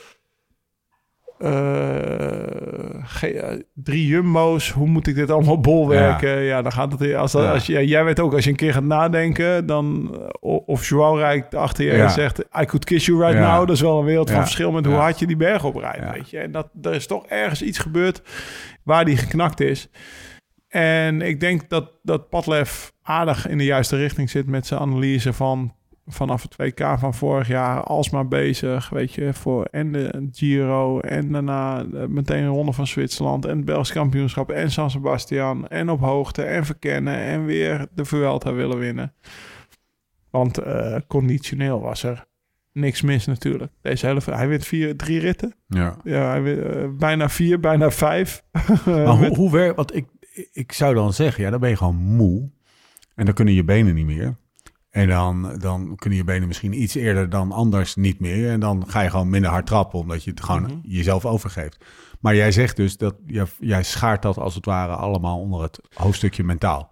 Uh, ge- drie jumbo's, hoe moet ik dit allemaal bolwerken? Ja, ja dan gaat het... Als, ja. als je, jij weet ook, als je een keer gaat nadenken... dan of Joao rijdt achter je ja. en zegt... I could kiss you right ja. now. Dat is wel een wereld ja. van verschil met hoe ja. hard je die berg oprijdt. Ja. Weet je? En dat, er is toch ergens iets gebeurd... waar die geknakt is. En ik denk dat, dat Padlef aardig in de juiste richting zit... met zijn analyse van... vanaf het W K van vorig jaar alsmaar bezig, weet je, voor en de Giro en daarna meteen een ronde van Zwitserland en het Belgisch kampioenschap en San Sebastian en op hoogte en verkennen en weer de Vuelta willen winnen. Want uh, conditioneel was er niks mis natuurlijk. Deze hele, hij wint vier, drie ritten. Ja, ja hij wint, uh, bijna vier, bijna vijf. Maar hoe, hoe werkt? Want ik, ik zou dan zeggen, ja, dan ben je gewoon moe en dan kunnen je benen niet meer. En dan, dan kunnen je benen misschien iets eerder dan anders niet meer. En dan ga je gewoon minder hard trappen, omdat je het gewoon mm-hmm. jezelf overgeeft. Maar jij zegt dus dat jij, jij schaart dat als het ware allemaal onder het hoofdstukje mentaal.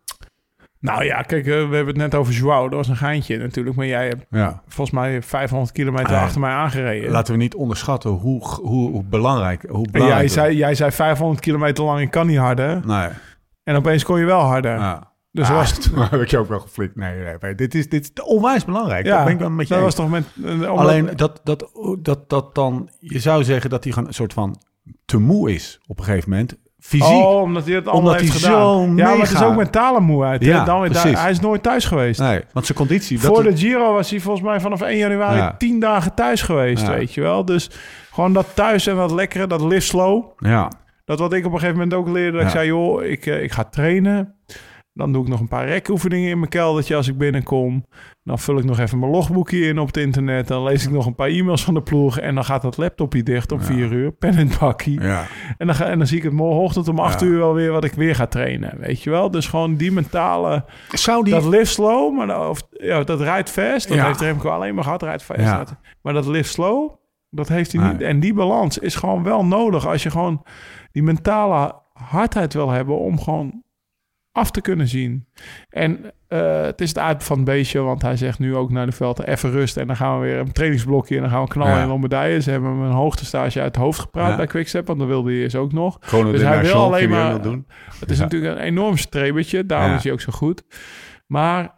Nou ja, kijk, uh, we hebben het net over Joao. Dat was een geintje natuurlijk. Maar jij hebt ja. volgens mij vijfhonderd kilometer uh, achter mij aangereden. Laten we niet onderschatten hoe, hoe, hoe belangrijk... Hoe belangrijk jij, zei, jij zei vijfhonderd kilometer lang, ik kan niet harder. Nee. En opeens kon je wel harder. Ja. Dus ah, was het... toen heb ik je ook wel geflikt. Nee, nee, nee, dit is, dit is onwijs belangrijk. Ja, dat ben ik wel met je dat was toch met... Uh, Alleen dat, dat, dat, dat dan... Je zou zeggen dat hij gewoon een soort van te moe is op een gegeven moment. Fysiek. Oh, omdat hij het allemaal heeft hij gedaan. Zo ja, mega... maar het is ook mentale moeheid. Ja, dan, daar, hij is nooit thuis geweest. Nee, want zijn conditie... Voor dat de Giro was hij volgens mij vanaf één januari ja. tien dagen thuis geweest, ja. weet je wel. Dus gewoon dat thuis en dat lekkere, dat live slow. Ja. Dat wat ik op een gegeven moment ook leerde. Dat ja. ik zei, joh, ik, uh, ik ga trainen. Dan doe ik nog een paar rekoefeningen in mijn keldertje als ik binnenkom. Dan vul ik nog even mijn logboekje in op het internet. Dan lees ik nog een paar e-mails van de ploeg. En dan gaat dat laptopje dicht om ja. vier uur. Pen in het bakkie. Ja. En, dan ga, en dan zie ik het morgenochtend om acht ja. uur wel weer wat ik weer ga trainen. Weet je wel? Dus gewoon die mentale... Zou die... Dat live slow, maar dat, of, ja, dat rijdt fast. Dat ja. heeft Remco alleen maar gehad, rijdt fast. Ja. Maar dat live slow, dat heeft hij nee. niet. En die balans is gewoon wel nodig. Als je gewoon die mentale hardheid wil hebben om gewoon... af te kunnen zien. En uh, het is het uit van het beestje, want hij zegt nu ook naar de veld even rust en dan gaan we weer een trainingsblokje en dan gaan we knallen ja. en medailles. Ze hebben hem een hoogtestage uit het hoofd gepraat ja. bij Quickstep, want dan wilde hij eerst ook nog. Gewoon dus hij wil alleen maar... Doen. Het is ja. natuurlijk een enorm strebertje, daarom ja. is hij ook zo goed. Maar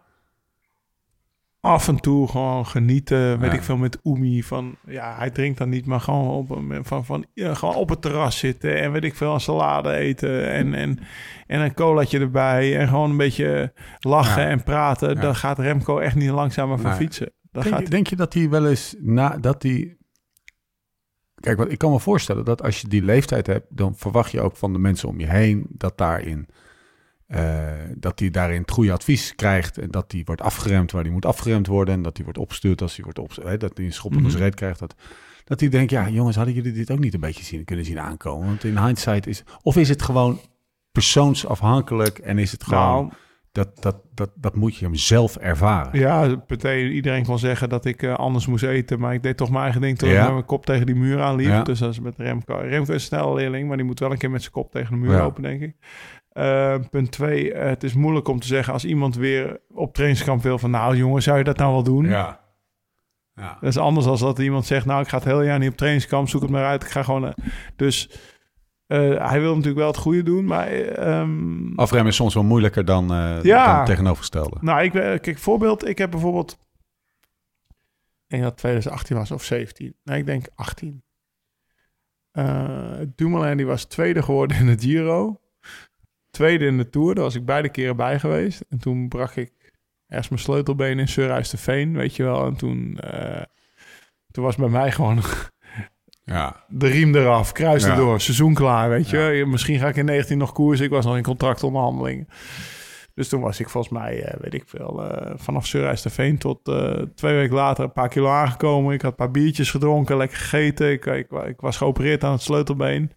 af en toe gewoon genieten, weet ja. ik veel, met Oemi van, ja, hij drinkt dan niet, maar gewoon op, van, van, ja, gewoon op het terras zitten en weet ik veel, een salade eten en, en, en een colaatje erbij en gewoon een beetje lachen ja. en praten. Ja. Dan gaat Remco echt niet langzamer van nee. fietsen. Dan denk, gaat... je, denk je dat hij wel eens, na, dat hij... Kijk, wat ik kan me voorstellen dat als je die leeftijd hebt, dan verwacht je ook van de mensen om je heen dat daarin... Uh, dat hij daarin het goede advies krijgt en dat hij wordt afgeremd waar hij moet afgeremd worden en dat hij wordt opgestuurd als hij wordt opgestuurd, dat hij een schop op zijn reet krijgt. Dat, dat hij denkt, ja jongens, hadden jullie dit ook niet een beetje zien, kunnen zien aankomen? Want in hindsight is, of is het gewoon persoonsafhankelijk en is het gewoon, nou, dat, dat, dat, dat moet je hem zelf ervaren. Ja, meteen iedereen kon zeggen dat ik uh, anders moest eten. Maar ik deed toch mijn eigen ding toen ja. ik met mijn kop tegen die muur aan liep. Ja. Dus dat is met Remco. Remco is een snelle leerling, maar die moet wel een keer met zijn kop tegen de muur ja. lopen, denk ik. Uh, punt twee, uh, het is moeilijk om te zeggen als iemand weer op trainingskamp wil van... nou jongen, zou je dat nou wel doen? Ja. Ja. Dat is anders dan dat iemand zegt... nou, ik ga het hele jaar niet op trainingskamp, zoek het maar uit. Ik ga gewoon... Uh, dus uh, hij wil natuurlijk wel het goede doen, maar... Um, Afremmen is soms wel moeilijker dan, uh, ja. dan tegenovergestelde. Nou, ik, kijk, voorbeeld, ik heb bijvoorbeeld... ik denk dat het twintig achttien was of zeventien. Nee, ik denk achttien. Uh, Dumoulin die was tweede geworden in de Giro... Tweede in de Tour, daar was ik beide keren bij geweest. En toen brak ik eerst mijn sleutelbeen in Surhuisterveen, weet je wel. En toen, uh, toen was bij mij gewoon ja. de riem eraf, kruis ja. erdoor, seizoen klaar, weet je. Ja. Misschien ga ik in negentien nog koersen, ik was nog in contractonderhandelingen. Dus toen was ik volgens mij, uh, weet ik veel, uh, vanaf Surhuisterveen tot uh, twee weken later een paar kilo aangekomen. Ik had een paar biertjes gedronken, lekker gegeten. Ik, ik, ik was geopereerd aan het sleutelbeen.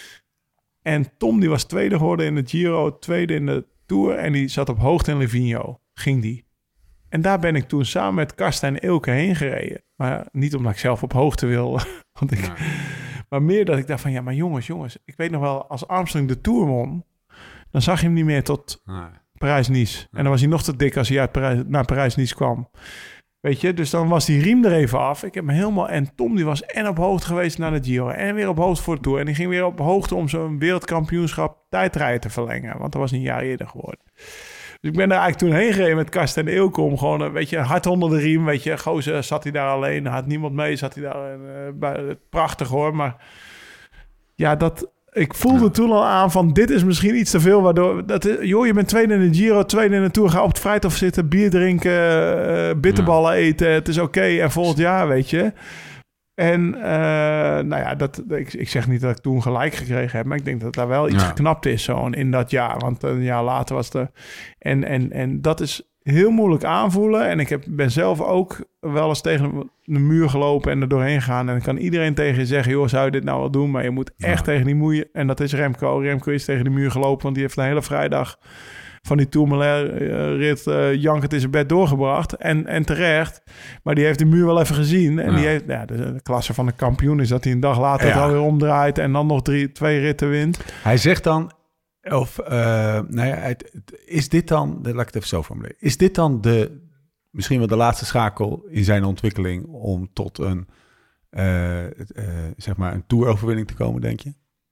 En Tom, die was tweede geworden in de Giro, tweede in de Tour. En die zat op hoogte in Livigno, ging die. En daar ben ik toen samen met Karsten en Ilke heen gereden. Maar niet omdat ik zelf op hoogte wil. Want ik, nee. Maar meer dat ik dacht van, ja, maar jongens, jongens. Ik weet nog wel, als Armstrong de Tour won... dan zag je hem niet meer tot nee. Parijs-Nice. Nee. En dan was hij nog te dik als hij uit Parijs, naar Parijs-Nice kwam. Weet je, dus dan was die riem er even af. Ik heb me helemaal... En Tom die was en op hoogte geweest naar de Giro... en weer op hoogte voor de Tour. En die ging weer op hoogte om zo'n wereldkampioenschap tijdrijden te verlengen. Want dat was een jaar eerder geworden. Dus ik ben daar eigenlijk toen heen gereden met Karsten en Ilke... om gewoon, weet je, hard onder de riem. Weet je, gozer zat hij daar alleen. Had niemand mee, zat hij daar. Uh, bij, prachtig hoor, maar... Ja, dat... Ik voelde ja. toen al aan van dit is misschien iets te veel, waardoor dat joh, je bent tweede in de Giro, tweede in de Tour, ga op het Vrijthof zitten, bier drinken, uh, bitterballen ja. eten, het is oké okay. En volgend jaar, weet je. En uh, nou ja, dat, ik, ik zeg niet dat ik toen gelijk gekregen heb, maar ik denk dat daar wel iets ja. geknapt is zo in dat jaar, want een jaar later was er en en en dat is heel moeilijk aanvoelen. En ik heb, ben zelf ook wel eens tegen de muur gelopen en er doorheen gegaan. En dan kan iedereen tegen je zeggen, joh, zou je dit nou wel doen? Maar je moet echt ja. tegen die moeie... En dat is Remco. Remco is tegen de muur gelopen, want die heeft de hele vrijdag van die Tourmalet-rit uh, jankend in zijn bed doorgebracht. En, en terecht. Maar die heeft de muur wel even gezien. En ja. die heeft, ja, de, de klasse van de kampioen is dat hij een dag later ja. het alweer omdraait en dan nog drie, twee ritten wint. Hij zegt dan... Of, uh, nou ja, het, het, is dit dan, laat ik het even zo formuleren. Is dit dan de, misschien wel de laatste schakel in zijn ontwikkeling om tot een, uh, uh, zeg maar, een toeroverwinning te komen, denk je?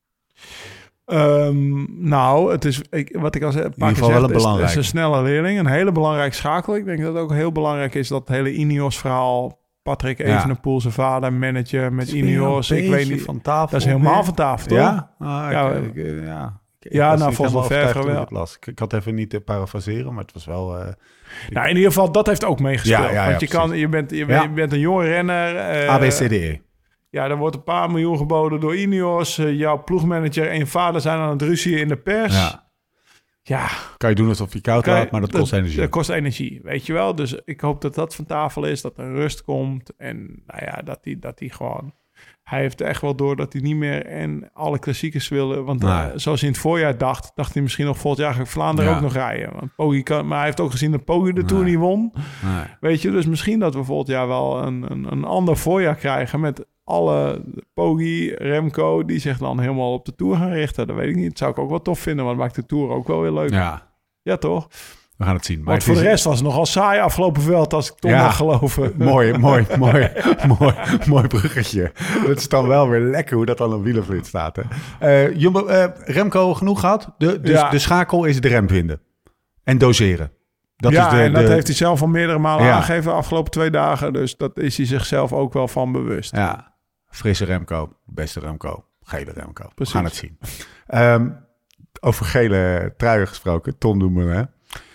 Um, nou, het is, ik, wat ik al zei, een paar keer zeg, is, is een snelle leerling, een hele belangrijke schakel. Ik denk dat het ook heel belangrijk is dat het hele Ineos-verhaal. Patrick Evenepoel, ja. zijn vader, manager met Ineos. Ik weet niet van tafel. Dat is helemaal ja. van tafel, toch? Ja, ah, ja, ik, ik, ja. Ik ja, nou, volgens mij ver wel. Ik, ik had even niet te parafraseren, maar het was wel... Uh, nou, in ieder geval, dat heeft ook meegespeeld. Ja, ja, ja, want je, kan, je, bent, je, ja. bent, je bent een jonge renner. Uh, A B C D E. Ja, er wordt een paar miljoen geboden door Ineos. Uh, jouw ploegmanager en je vader zijn aan het ruzie in de pers. Ja. ja. Kan je doen alsof je koud laat, maar dat kost dat, energie. Dat kost energie, weet je wel. Dus ik hoop dat dat van tafel is, dat er rust komt. En nou ja, dat hij dat gewoon... Hij heeft echt wel door dat hij niet meer en alle klassiekers willen. Want nee. uh, zoals hij in het voorjaar dacht, dacht hij misschien nog volgend jaar ga ik Vlaanderen ja. ook nog rijden. Want Poggi kan, maar hij heeft ook gezien dat Poggi de nee. Tour niet won. Nee. Weet je, dus misschien dat we volgend jaar wel een, een, een ander voorjaar krijgen met alle Poggi, Remco, die zich dan helemaal op de Tour gaan richten. Dat weet ik niet. Dat zou ik ook wel tof vinden, want maakt de Tour ook wel weer leuk. Ja, ja toch? We gaan het zien. Maar Want het voor is... de rest was het nogal saai afgelopen veld, als ik toch ja, mag geloven. Mooi, mooi, mooi, mooi, mooi bruggetje. Dat is dan wel weer lekker hoe dat dan op wielerflits staat. Hè? Uh, Jumbo, uh, Remco genoeg gehad. De, dus ja. de schakel is de rem vinden. En doseren. Dat ja, is de, en dat de... heeft hij zelf al meerdere malen ja. aangegeven de afgelopen twee dagen. Dus dat is hij zichzelf ook wel van bewust. Ja, frisse Remco, beste Remco, gele Remco. Precies. We gaan het zien. Um, over gele truien gesproken, Tom Dumoulin.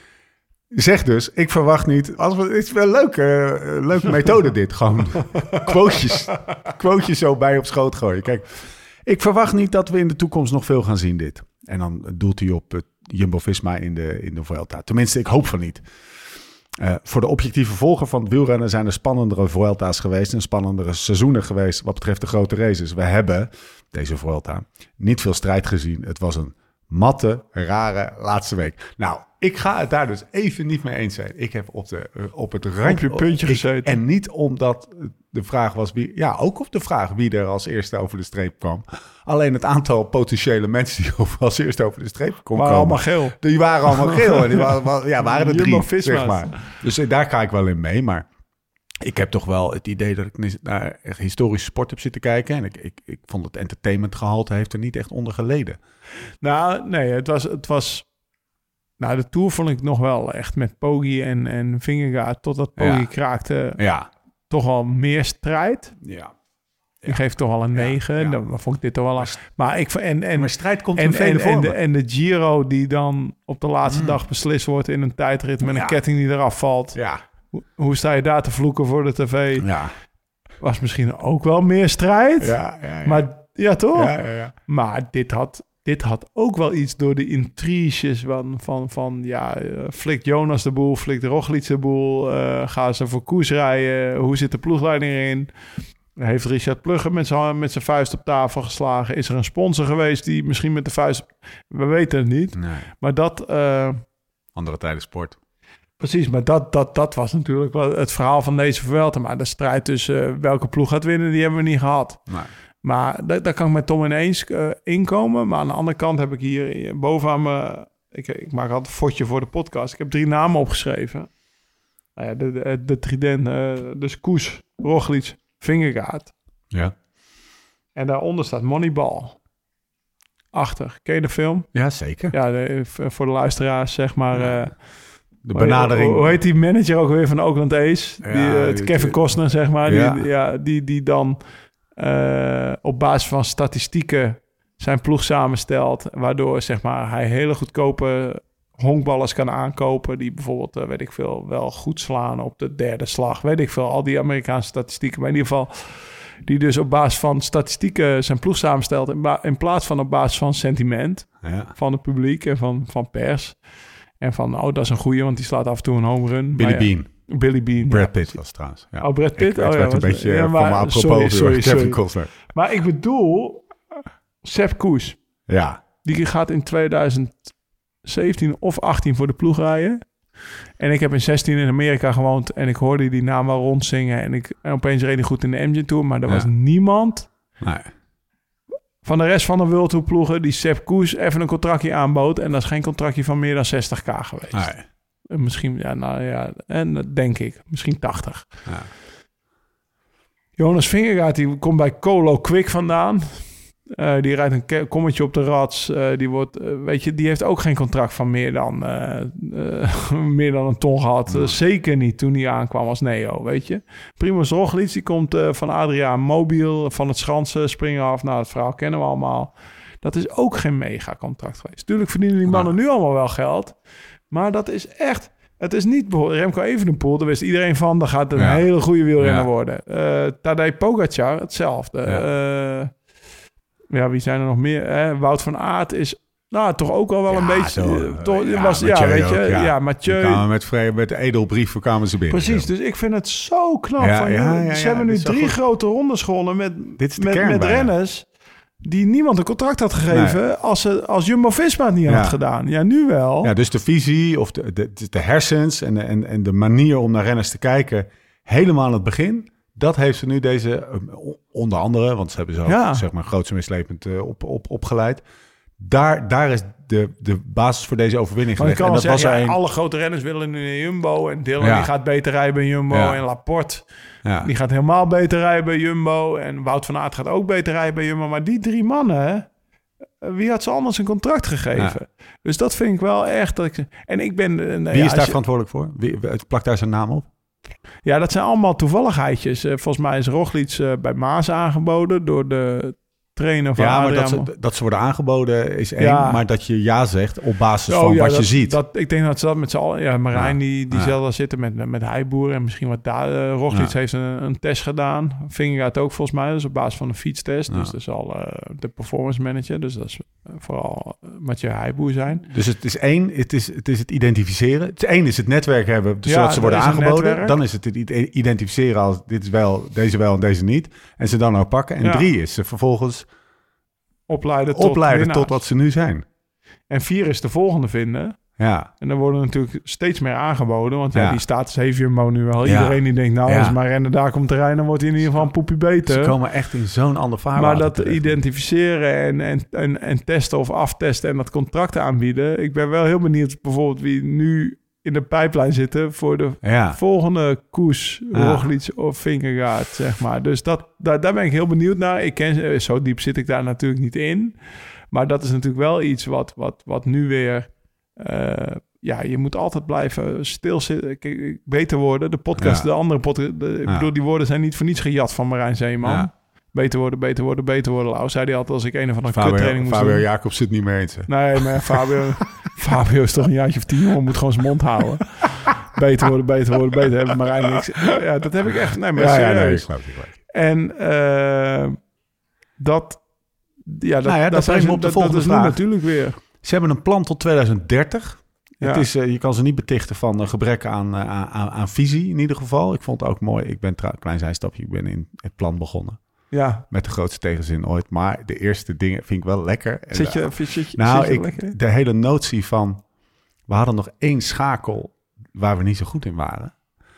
Zeg dus, ik verwacht niet... Als we, het is wel een leuke, uh, leuke methode dit. Gewoon quotejes, quotejes zo bij op schoot gooien. Kijk, ik verwacht niet dat we in de toekomst nog veel gaan zien dit. En dan doelt hij op uh, Jumbo-Visma in de, in de Vuelta. Tenminste, ik hoop van niet. Uh, voor de objectieve volger van het wielrennen zijn er spannendere Vuelta's geweest en spannendere seizoenen geweest wat betreft de grote races. We hebben deze Vuelta niet veel strijd gezien. Het was een matte, rare laatste week. Nou, ik ga het daar dus even niet mee eens zijn. Ik heb op, de, op het randje... Op je puntje ik, gezeten. En niet omdat de vraag was wie... Ja, ook op de vraag wie er als eerste over de streep kwam. Alleen het aantal potentiële mensen die over als eerste over de streep kon waren komen. allemaal geel. Die waren allemaal geel. En die waren, ja, waren er drie, Jumbo-Visma's. zeg maar. Dus daar ga ik wel in mee, maar... Ik heb toch wel het idee dat ik naar echt historische sport heb zitten kijken. En ik, ik, ik vond het entertainmentgehalte heeft er niet echt onder geleden. Nou, nee, het was... Het was nou, de Tour vond ik nog wel echt met Poggi en, en Vingegaard... totdat Poggi Ja. kraakte, Ja. toch wel meer strijd. Ja. Ik geef toch al een negen. ja. Dan vond ik dit toch wel... Een, maar ik en, en, Maar strijd komt en, in vele en, en, vormen. de, en de Giro die dan op de laatste Mm. dag beslist wordt... in een tijdrit met Ja. een ketting die eraf valt. Ja. Hoe, hoe sta je daar te vloeken voor de tv? Ja. Was misschien ook wel meer strijd. Ja, ja, ja. Maar ja, toch? Ja, ja, ja. Maar dit had, dit had ook wel iets door de intriges van, van, van ja, uh, flikt Jonas de boel, flikt Roglic de boel, uh, gaan ze voor koers rijden, hoe zit de ploegleiding erin? Heeft Richard Plugge met zijn, met zijn vuist op tafel geslagen? Is er een sponsor geweest die misschien met de vuist... We weten het niet. Nee. Maar dat... Uh, Andere tijden sport. Precies, maar dat, dat, dat was natuurlijk wel het verhaal van deze Vuelta. Maar de strijd tussen uh, welke ploeg gaat winnen, die hebben we niet gehad. Nee. Maar daar, daar kan ik met Tom ineens uh, inkomen. Maar aan de andere kant heb ik hier bovenaan me... Ik, ik maak altijd een fotje voor de podcast. Ik heb drie namen opgeschreven. Nou ja, de, de, de trident, uh, dus Koes, Roglic, Vingegaard. Ja. En daaronder staat Moneyball. Achter. Ken je de film? Ja, zeker. Ja, de, voor de luisteraars, zeg maar... Ja. Uh, De benadering. Hoe, hoe heet die manager ook weer van Oakland A's? Ja, die, uh, die, Kevin Costner, zeg maar. Ja. Die, ja, die, die dan uh, op basis van statistieken zijn ploeg samenstelt. Waardoor zeg maar, hij hele goedkope honkballers kan aankopen. Die bijvoorbeeld, uh, weet ik veel, wel goed slaan op de derde slag. Weet ik veel, al die Amerikaanse statistieken. Maar in ieder geval, die dus op basis van statistieken zijn ploeg samenstelt. In, ba- in plaats van op basis van sentiment Ja. van het publiek en van, van pers. En van, oh, dat is een goeie, want die slaat af en toe een home run. Billy maar ja, Bean. Billy Bean. Brad ja, Pitt was trouwens. Ja. Oh, Brad Pitt? Ik, ik Oh, ja, werd een was- beetje ja, van maar- me apropos sorry, door sorry, Kevin sorry. Costner. Maar ik bedoel, Sepp Koes, Ja. die gaat in twintig zeventien of achttien voor de ploeg rijden. En ik heb in zestien in Amerika gewoond en ik hoorde die naam wel rondzingen. En, ik, en opeens reed hij goed in de M G Tour, maar er Ja. was niemand Nee. van de rest van de World Tour ploegen die Sepp Koes even een contractje aanbood. En dat is geen contractje van meer dan zestig k geweest. Nee. Misschien, ja, nou ja, en dat denk ik, misschien tachtig. Ja. Jonas Vingegaard, die komt bij Colo Quick vandaan. Uh, die rijdt een ke- kommetje op de rats. Uh, die wordt, uh, weet je, die heeft ook geen contract van meer dan, uh, uh, meer dan een ton gehad. Uh, zeker niet toen hij aankwam als Neo, weet je. Primoz Roglic, die komt uh, van Adriaan Mobiel, van het Schansen springen af. Nou, het verhaal kennen we allemaal. Dat is ook geen mega-contract geweest. Tuurlijk verdienen die mannen nu allemaal wel geld. Maar dat is echt... Het is niet bijvoorbeeld Remco Evenepoel. Daar wist iedereen van. Dat gaat een Ja. hele goede wielrenner Ja. worden. Uh, Tadej Pogacar, hetzelfde. Ja. Uh, ja, wie zijn er nog meer? Eh, Wout van Aert is... Nou, toch ook al wel Ja, een beetje... zo, uh, toch, ja, was, ja, Mathieu weet je. ook, Ja, ja. Mathieu. Die kwamen met, vrij, met edelbrieven kwamen ze binnen. Precies, Zo. dus ik vind het zo knap. Ja, van, ja, joh, ja, ze ja, hebben nu dit is wel drie goed. grote rondes gewonnen met, Dit is de met, kern met bijna. renners... die niemand een contract had gegeven... Nee. als, ze, als Jumbo-Visma het niet Ja. had gedaan. Ja, nu wel. Ja, dus de visie of de, de, de hersens en de, en, en de manier om naar renners te kijken... helemaal aan het begin... dat heeft ze nu deze, onder andere... want ze hebben ze ook, Ja. zeg maar, groots en mislepend uh, op, op, opgeleid... Daar, daar is de, de basis voor deze overwinning Want je gelegd. kan En wel dat was zeggen, er ja, een... alle grote renners willen nu naar Jumbo. En Dylan Ja. die gaat beter rijden bij Jumbo. Ja. En Laporte Ja. die gaat helemaal beter rijden bij Jumbo. En Wout van Aert gaat ook beter rijden bij Jumbo. Maar die drie mannen, wie had ze anders een contract gegeven? Dus dat vind ik wel echt... Dat ik, en ik ben... Nou Wie ja, is daar als je- verantwoordelijk voor? Wie, plakt daar zijn naam op? Ja, dat zijn allemaal toevalligheidjes. Uh, volgens mij is Roglic uh, bij Maas aangeboden door de trainer van Ja, maar dat Adriaan. ze, dat ze worden aangeboden is één. Ja. Maar dat je ja zegt op basis Oh, van ja, wat dat, je ziet. Dat, ik denk dat ze dat met z'n allen... Ja, Marijn Ja. die, die Ja. zal daar zitten met, met Heiboer en misschien wat daar. Uh, Roglic Ja. heeft een, een test gedaan. Vingegaard ook volgens mij. Dus op basis van een fietstest. Ja. Dus dat zal uh, de performance manager. Dus dat is uh, vooral uh, Mathieu Heiboer zijn. Dus het is één, het is het, is het identificeren. Het is één is het netwerk hebben, dus Ja, zodat ze worden er is een aangeboden. netwerk. Dan is het het i- identificeren als dit is wel, deze wel en deze niet. En ze dan ook pakken. En Ja. drie is ze vervolgens Opleiden tot opleiden winnaars. tot wat ze nu zijn. En vier is de volgende vinden. Ja. En dan worden natuurlijk steeds meer aangeboden. Want ja, Ja. die status heeft Jumbo nu wel. Ja. Iedereen die denkt, nou, Ja. als maar rennen daar komt terrein... dan wordt hij in ieder geval een poepie beter. Ze komen echt in zo'n ander vaarwater Maar dat terecht. identificeren en, en, en, en testen of aftesten... en dat contract aanbieden... ik ben wel heel benieuwd bijvoorbeeld wie nu in de pijplijn zitten... voor de Ja. volgende koers, Ja. Roglic of Vingegaard, zeg maar. Dus dat, daar, daar ben ik heel benieuwd naar. Ik ken, zo diep zit ik daar natuurlijk niet in. Maar dat is natuurlijk wel iets wat, wat, wat nu weer... Uh, ja, je moet altijd blijven stilzitten, Kijk, beter worden. De podcast, Ja. de andere podcast... De, ik Ja. bedoel, die woorden zijn niet voor niets gejat van Marijn Zeeman. Ja. Beter worden, beter worden, beter worden. Lau, zei hij altijd als ik een of andere Fabio, kuttraining moest Fabio doen. Jacobs zit niet mee eens. Hè? Nee, maar Fabio, Fabio is toch een jaartje of tien, jongen. Moet gewoon zijn mond houden. Beter worden, beter worden, beter hebben. Marijn niks. Ja, dat heb ik echt... Nee, maar Ja, ja, serieus. nee, ik snap het, ik snap het. En uh, dat... Ja, dat, Nou ja, dat dat, brengt is, me op de dat, dat volgende is nu vraag. natuurlijk weer... Ze hebben een plan tot tweeduizend dertig. Ja. Het is, uh, je kan ze niet betichten van uh, gebrek aan, uh, aan, aan visie in ieder geval. Ik vond het ook mooi. Ik ben trouw, klein zijstapje. Ik ben in het plan begonnen. Ja. Met de grootste tegenzin ooit. Maar de eerste dingen vind ik wel lekker. En Zit je, de, zit je, nou, zit je ik, lekker? de hele notie van... We hadden nog één schakel waar we niet zo goed in waren.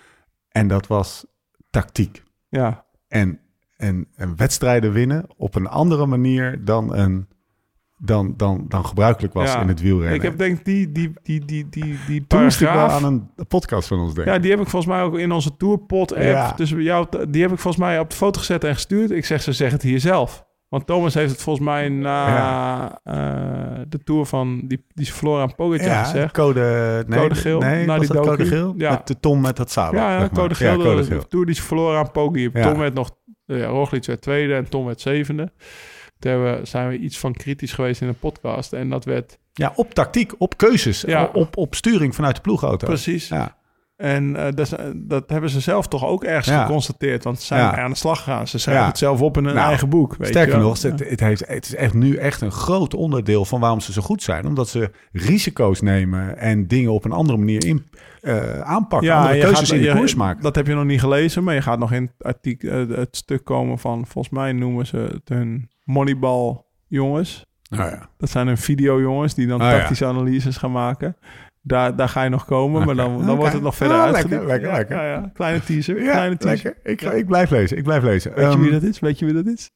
En dat was tactiek. Ja. En, en, en wedstrijden winnen op een andere manier dan, een, dan, dan, dan gebruikelijk was Ja. in het wielrennen. Ik heb denk die, die, die, die, die, die Toen moest ik wel paragraaf... aan een podcast van ons denken. Ja, die heb ik volgens mij ook in onze Tourpod-app. Ja. Dus jou, die heb ik volgens mij op de foto gezet en gestuurd. Ik zeg, ze zeg het hier zelf. Want Thomas heeft het volgens mij na Ja. uh, de Tour van... die, die ze verloren aan Pogacar ja, gezegd. code, nee, Code geel, Nee, naar was die dat docu. code geel? Ja. Met de Tom met dat zadel. Ja, ja, zeg maar. Code Geel. Ja, code de, geel. de Tour die ze verloren aan Pogacar. Ja. Tom werd nog... Ja, Roglic werd tweede en Tom werd zevende. Toen hebben, zijn we iets van kritisch geweest in een podcast. En dat werd... Ja, op tactiek, op keuzes, Ja. op, op sturing vanuit de ploegauto. Precies. Ja. En uh, dat, dat hebben ze zelf toch ook ergens Ja. geconstateerd. Want ze zijn Ja. aan de slag gegaan. Ze schrijven Ja. het zelf op in hun Nou, eigen boek. Weet Sterker je wel. nog, het, het, heeft, het is echt nu echt een groot onderdeel van waarom ze zo goed zijn. Omdat ze risico's nemen en dingen op een andere manier in, uh, aanpakken. andere je keuzes gaat- in de je- koers maken. Dat heb je nog niet gelezen, maar je gaat nog in het, artikel, uh, het stuk komen van... Volgens mij noemen ze het hun Moneyball jongens. Nou ja. Dat zijn hun video jongens die dan Oh, ja. tactische analyses gaan maken. Daar, daar ga je nog komen, Oké. maar dan, dan Oké. wordt het nog verder Ah, uitgediept. lekker, lekker, Ja, lekker. Ja, ja. Kleine teaser. Ja, kleine teaser. lekker. Ik, ik blijf lezen, ik blijf lezen. Weet je Um, wie dat is? Weet je wie dat is?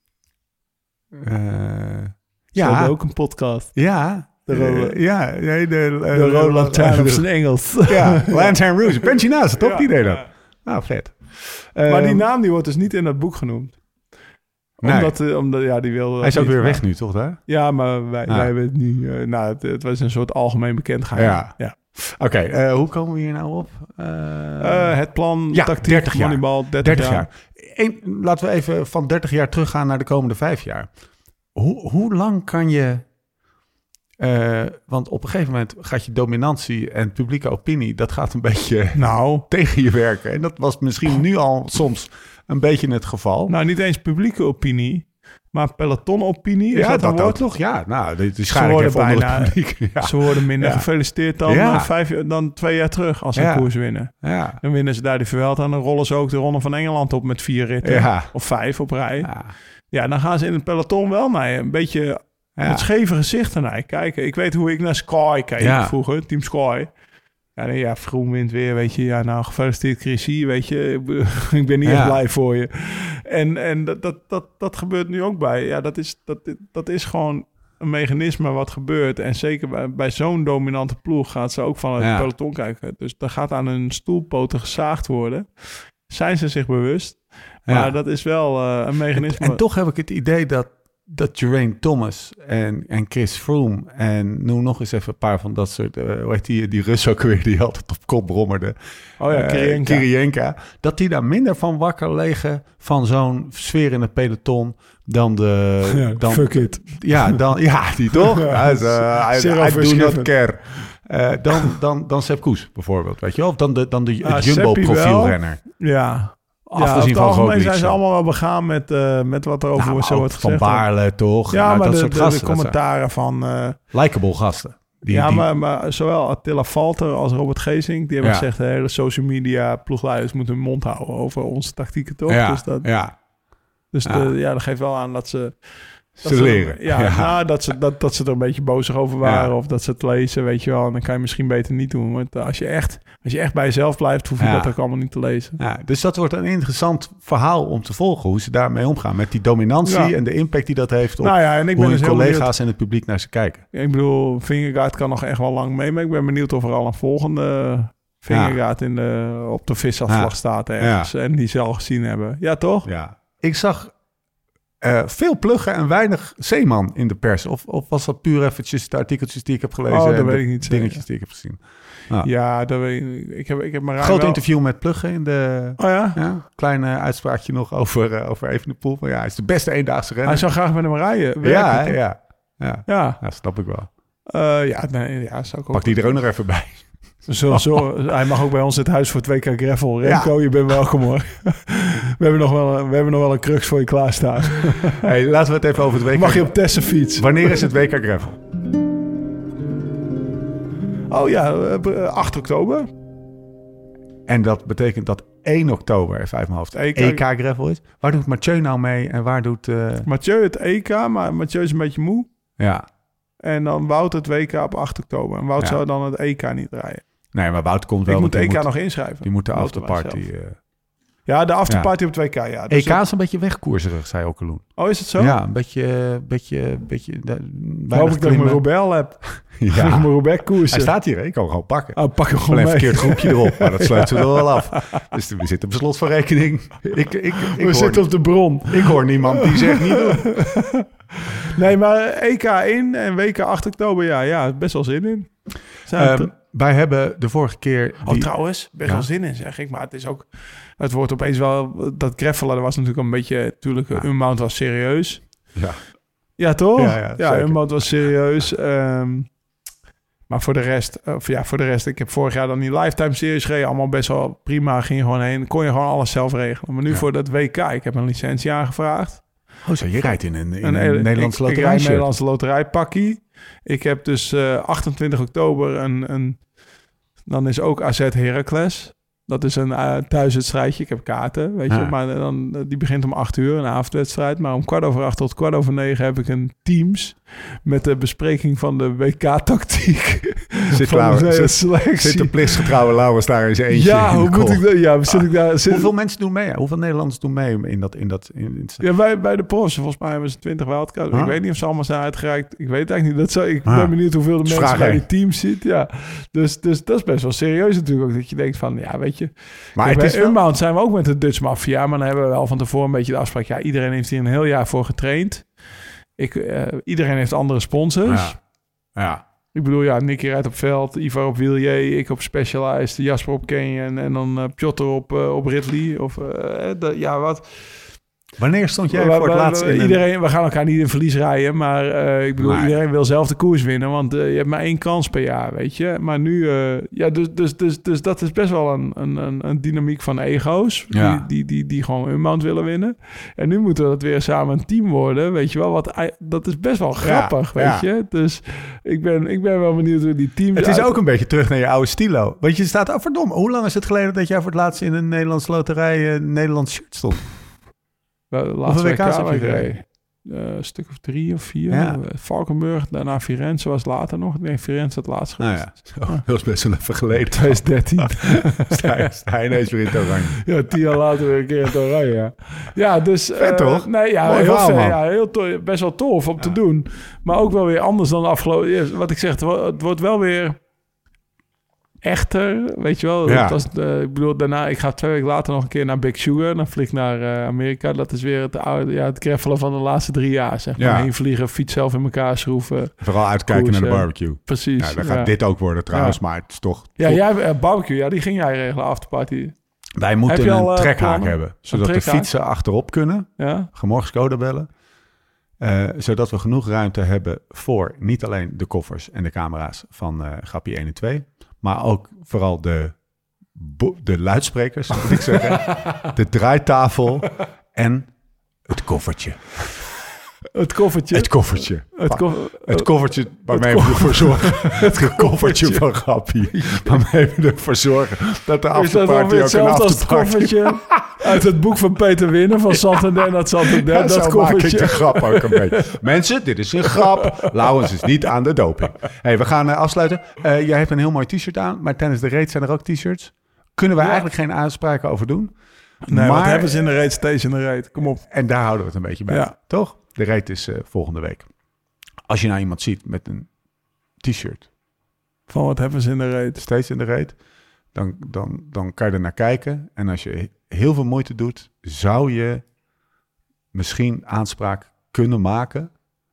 Uh, Ze ja, hebben ook een podcast. ja. De rode- Uh, ja, nee, de, uh, De Rode Lantaarn op de- zijn Engels. Ja, Lantern Rouge. Pensionaas, toch? Ja, Die deed dat. ja. Nou, vet. Maar die Um, naam die wordt dus niet in dat boek genoemd. Nee. Omdat, uh, omdat ja, die wilde... Hij is ook niet, weer maar- weg nu, toch daar? Ja, maar wij, Ah. wij hebben het nu... Uh, nou, het, het was een soort algemeen bekend geheim. Ja. ja. Oké, okay, uh, hoe komen we hier nou op? Uh, Uh, het plan, ja, tactiek, dertig jaar. Moneyball, dertig, dertig jaar. jaar. Eén, laten we even van dertig jaar teruggaan naar de komende vijf jaar. Hoe, hoe lang kan je... Uh, want op een gegeven moment gaat je dominantie en publieke opinie... dat gaat een beetje Nou, tegen je werken. En dat was misschien nu al soms een beetje het geval. nou, niet eens publieke opinie, maar pelotonopinie. Is ja, dat, dat, een dat woord? nog. Ja, nou, dit is Ze schaar ik worden even onder bijna- het publiek. Ja. Ze worden minder Ja. gefeliciteerd dan, Ja. uh, vijf, dan twee jaar terug als ze Ja. een koers winnen. Ja. Dan winnen ze daar die Vuelta en dan rollen ze ook de Ronde van Engeland op met vier ritten. Ja. Of vijf op rij. Ja. Ja. dan gaan ze in het peloton wel naar een beetje Ja. met scheve gezichten naar kijken. Ik weet hoe ik naar Sky keek Ja. vroeger, Team Sky. Ja, nee, ja, Vroom wint weer, weet je. Ja, nou, gefeliciteerd Chrissy, weet je. Ik ben niet Ja. echt blij voor je. En, en dat, dat, dat, dat gebeurt nu ook bij. Ja, dat is, dat, dat is gewoon een mechanisme wat gebeurt. En zeker bij, bij zo'n dominante ploeg gaat ze ook van het Ja. peloton kijken. Dus daar gaat aan hun stoelpoten gezaagd worden. Zijn ze zich bewust? Maar Ja. dat is wel uh, een mechanisme. En, en toch heb ik het idee dat, dat Geraint Thomas en, en Chris Froome... en noem nog eens even een paar van dat soort... Uh, hoe heet die, die Rus ook weer die altijd op kop brommerde? Oh ja, Uh, Kirienka. Kirienka. Dat die daar minder van wakker liggen van zo'n sfeer in het peloton... dan de... Ja, dan, fuck it. Ja, dan, ja die toch? Ja, Hij is, uh, I, zeer I do not overschriftelijk. care. Uh, dan, dan, dan Sepp Koes bijvoorbeeld, weet je wel? Of dan de, dan de Ah, het Jumbo-profielrenner. Ja. Afgezien ja, van algemeen Roglic. zijn ze allemaal wel begaan met, uh, met wat er over Nou, zo ook wordt Van gezegd. Baarle toch? Ja, Nou, maar dat de, soort de, gasten. de dat zijn commentaren van... Uh, Likeable gasten. Die, ja, die, maar, maar zowel Attila Valter als Robert Geesink... die hebben Ja. gezegd... de hele social media ploegleiders moeten hun mond houden... over onze tactieken, toch? ja, Dus, dat, ja, dus Ja. De, ja, dat geeft wel aan dat ze... Ze leren. Er, ja, ja. Nou, dat, ze, dat, dat ze er een beetje bozig over waren. Ja. Of dat ze het lezen, weet je wel. En dan kan je misschien beter niet doen. Want als je echt, als je echt bij jezelf blijft, hoef je ja. dat ook allemaal niet te lezen. Ja, dus dat wordt een interessant verhaal om te volgen. Hoe ze daarmee omgaan. Met die dominantie ja. en de impact die dat heeft op nou ja, en ik hoe ben hun dus collega's en het publiek naar ze kijken. Ik bedoel, Vingegaard kan nog echt wel lang mee. Maar ik ben benieuwd of er al een volgende Vingegaard ja. in de, op de visafslag ja. staat ergens. Ja. En die ze al gezien hebben. Ja, toch? Ja. Ik zag... Uh, veel pluggen en weinig Zeeman in de pers. Of, of was dat puur eventjes de artikeltjes die ik heb gelezen? Oh, dat weet ik niet. Dingetjes ja. die ik heb gezien. Nou. Ja, dat weet ik. Ik heb, ik heb maar groot wel... interview met Pluggen in de... Oh ja? ja kleine uitspraakje nog over, uh, over Evenepoel. Maar ja, hij is de beste eendaagse renner. Hij zou graag met hem rijden. Ja, ja, ja, ja. Ja. Ja, snap ik wel. Uh, ja, nee, ja, zou ik ook... Pak die er ook nog even bij. Zo, zo, hij mag ook bij ons het huis voor het W K Gravel. Remco, ja. je bent welkom hoor. We hebben nog wel een, we hebben nog wel een crux voor je klaarstaan. Hey, laten we het even over het W K. Mag je op Tessen fiets? Wanneer is het W K Gravel? Oh ja, acht oktober. En dat betekent dat één oktober, even uit mijn hoofd, E K, E K Gravel is. Waar doet Mathieu nou mee en waar doet... Uh... Mathieu het E K, maar Mathieu is een beetje moe. Ja. En dan Wout het W K op acht oktober. En Wout ja. zou dan het E K niet rijden. Nee, maar Wout komt wel... Ik moet de E K moet, nog inschrijven. Die moet de afterparty... Uh... Ja, de afterparty ja. op het W K, ja. Dus E K is een beetje wegkoerserig, zei Okkeloen. Oh, is het zo? Ja, een beetje... beetje, beetje hoop ik dat ik mijn Robel heb. Ja. mijn Robel koersen. Hij staat hier, hè? Ik kan hem gewoon pakken. Oh, pak hem gewoon Alleen mee. verkeerd groepje erop, maar dat sluit ze er wel af. Dus we zitten op slot van rekening. Ik, ik, ik we zitten op de bron. Ik hoor niemand die zegt niet doen. Nee, maar E K in en W K acht oktober, ja, ja, best wel zin in. Um, wij hebben de vorige keer... Die... Oh, trouwens, best ja. wel zin in, zeg ik. Maar het is ook... Het wordt opeens wel... Dat greffelen, dat was natuurlijk een beetje... Natuurlijk, ja. Unbound was serieus. Ja. Ja, toch? Ja, ja, ja Unbound was serieus. Um, maar voor de rest... Of ja, voor de rest... Ik heb vorig jaar dan die Lifetime-series gereden. Allemaal best wel prima. Ging je gewoon heen. Kon je gewoon alles zelf regelen. Maar nu ja. voor dat W K... Ik heb een licentie aangevraagd. Oh zo, je rijdt in een, in een, een Nederlandse loterij. Ik rijd een Nederlandse loterijpakkie. Ik heb dus uh, achtentwintig oktober een, een... Dan is ook A Z Heracles. Dat is een uh, thuiswedstrijdje. Ik heb kaarten, weet je. Ja. Maar dan, die begint om acht uur, een avondwedstrijd. Maar om kwart over acht tot kwart over negen heb ik een Teams... met de bespreking van de W K-tactiek. Zit, Lauwe, zit, zit de plichtsgetrouwe Lauwers daar in zijn eentje? Ja, hoe moet ik dat? Ja, zit ah. ik daar, zit Hoeveel mensen doen mee? Hoeveel Nederlanders doen mee in dat... In dat in, in... Ja, bij, bij de profs. Volgens mij hebben ze twintig wildcards. Huh? Ik weet niet of ze allemaal zijn uitgereikt. Ik weet het eigenlijk niet. Dat zou, ik ah. ben benieuwd hoeveel de mensen bij die teams zit. Ja. Dus, dus dat is best wel serieus natuurlijk ook. Dat je denkt van, ja, weet je... Maar kijk, bij Unbound wel... zijn we ook met de Dutch Mafia. Maar dan hebben we wel van tevoren een beetje de afspraak. Ja, iedereen heeft hier een heel jaar voor getraind. Ik, uh, iedereen heeft andere sponsors. Ja. ja. Ik bedoel, ja, Nicky rijdt op veld, Ivar op Willier, ik op Specialized, Jasper op Canyon en dan uh, Piotr op, uh, op Ridley. Of uh, de, ja, wat... Wanneer stond jij we, voor het laatst in iedereen, een... We gaan elkaar niet in verlies rijden, maar uh, ik bedoel, nee. iedereen wil zelf de koers winnen, want uh, je hebt maar één kans per jaar, weet je. Maar nu, uh, ja, dus, dus, dus, dus dat is best wel een, een, een dynamiek van ego's, ja. die, die, die, die gewoon Unbound willen winnen. En nu moeten we dat weer samen een team worden, weet je wel. Wat, dat is best wel grappig, ja, weet ja. je. Dus ik ben, ik ben wel benieuwd hoe die teams... Het is uit... ook een beetje terug naar je oude stilo. Want je staat, oh verdomme, hoe lang is het geleden dat jij voor het laatst in een Nederlandse loterij een Nederlands shirt stond? De laatste W K's heb je gereden? Uh, een stuk of drie of vier. Ja. Valkenburg, daarna Firenze was later nog. Nee, Firenze het laatst geweest. Nou ja, zo, dat is best wel even geleden. twintig dertien. sta, sta je ineens weer in het oranje. Ja, tien jaar later weer een keer in het oranje. Ja, ja dus... Vet uh, toch? Nee, ja, Mooi heel, verhaal, vet, ja heel to- best wel tof om ja. te doen. Maar ook wel weer anders dan de afgelopen... Wat ik zeg, het wordt wel weer... echter, weet je wel. Ja. Dat was de, ik bedoel, daarna, ik ga twee weken later nog een keer naar Big Sugar. Dan vlieg ik naar uh, Amerika. Dat is weer het oude, ja, het greffelen van de laatste drie jaar, zeg maar. Ja. Heen vliegen, fiets zelf in elkaar schroeven. Vooral uitkijken koers, naar de barbecue. Precies. Ja, dan gaat ja. dit ook worden trouwens, ja. maar het is toch... Ja, jij, uh, barbecue, ja, die ging jij regelen, afterparty. Wij moeten al, een trekhaak uh, hebben, zodat trekhaak? de fietsen achterop kunnen. Ja. Gemorgen Skoda bellen. Uh, zodat we genoeg ruimte hebben voor niet alleen de koffers en de camera's van uh, Grappie één en twee... maar ook vooral de, bo- de luidsprekers, moet ik zeggen. De draaitafel en het koffertje. Het koffertje? Het koffertje. Het, ko- het koffertje waarmee het we ervoor zorgen. Het koffertje van Grappie. Waarmee we ervoor zorgen dat de afterparty ook een afterparty... Uit het boek van Peter Winnen, van Santander naar Santander. Ja, dat zo koffertje. maak ik de grap ook een beetje. Mensen, dit is een grap. Lauwens is niet aan de doping. Hey, we gaan uh, afsluiten. Uh, jij hebt een heel mooi t-shirt aan, maar tijdens de race zijn er ook t-shirts. Kunnen we ja. eigenlijk geen uitspraken over doen? Nee, maar wat hebben ze in de race? Steeds in de race. Kom op. En daar houden we het een beetje bij. Ja. Toch? De race is uh, volgende week. Als je nou iemand ziet met een t-shirt. Van wat hebben ze in de race? Steeds in de race. Dan, dan, dan kan je er naar kijken. En als je heel veel moeite doet, zou je misschien aanspraak kunnen maken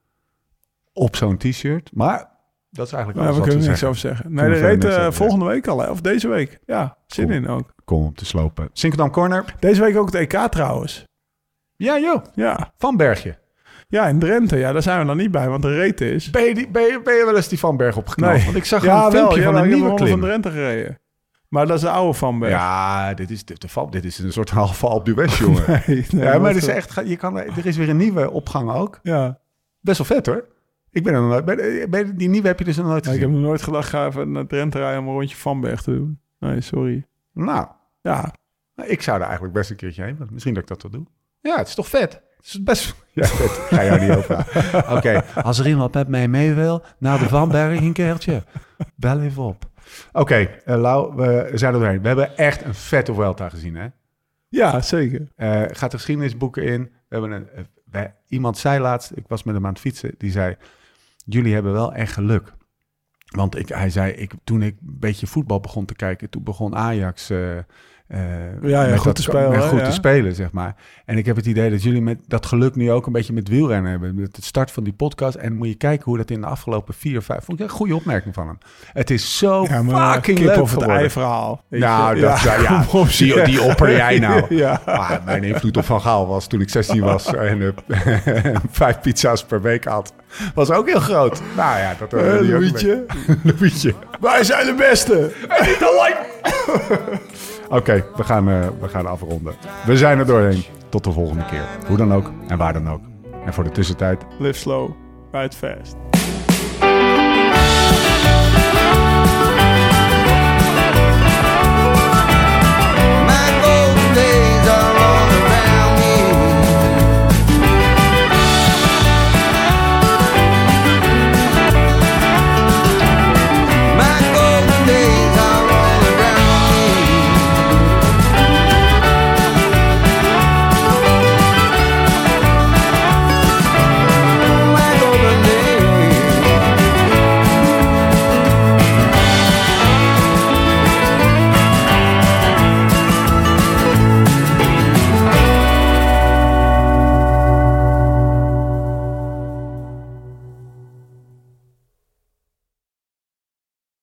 op zo'n t-shirt. Maar dat is eigenlijk alles ja, we wat kunnen we niks zeggen. over zeggen. Nee, de reed uh, volgende week al, hè? Of deze week. Ja, zin Kom. in ook. Kom om te slopen. Sinkeldam Corner. Deze week ook het E K trouwens. Ja, joh. Ja. Van Bergje. Ja, in Drenthe. Ja, daar zijn we dan niet bij, want de reet is. Ben je, die, ben je, ben je wel eens die Van Berg opgeknapt? Nee. Want ik zag ja, een filmpje wel, van ja, een nieuwe klim. van Drenthe gereden. Maar dat is de oude Van Berg. Ja, dit is, de, de, de, dit is een soort halve Alpe d'Huez, jongen. nee, nee, ja, maar het is echt, je kan, er is weer een nieuwe opgang ook. Ja. Best wel vet, hoor. Ik ben er nog nooit... Ben, ben, die nieuwe heb je dus nog nooit ja, gezien. Ik heb nog nooit gedacht, ga even naar Drenthe rijden om een rondje Van Berg te doen. Nee, sorry. Nou, ja. Ik zou er eigenlijk best een keertje heen. Misschien dat ik dat wel doe. Ja, het is toch vet? Het is best... Ja, vet. Ik ga jou niet over. Oké, okay. Als er iemand met mij mee wil, naar de Van Berg een keertje. Bel even op. Oké, okay, uh, Lau, we zijn er doorheen. We hebben echt een vette Vuelta gezien, hè? Ja, zeker. Uh, gaat de geschiedenisboeken in. We hebben een, uh, wij, iemand zei laatst, ik was met hem aan het fietsen, die zei, jullie hebben wel echt geluk. Want ik, hij zei, ik, toen ik een beetje voetbal begon te kijken, toen begon Ajax... Uh, Uh, ja, ja, goed, dat, te, spelen, met goed ja. te spelen, zeg maar. En ik heb het idee dat jullie met dat geluk nu ook een beetje met wielrennen hebben. Met het start van die podcast. En moet je kijken hoe dat in de afgelopen vier, vijf... Vond ik een goede opmerking van hem. Het is zo ja, fucking leuk of het geworden. ei-verhaal. Nou, dat, ja, ja, ja, die, die opper jij nou. ja. ah, mijn invloed op Van Gaal was toen ik zestien was en uh, vijf pizza's per week had. Was ook heel groot. Nou ja, dat... Uh, uh, Louietje. Louietje. Wij zijn de beste. En niet alleen... Oké, okay, we, gaan, uh, we gaan afronden. We zijn er doorheen. Tot de volgende keer. Hoe dan ook en waar dan ook. En voor de tussentijd... Live slow, ride fast.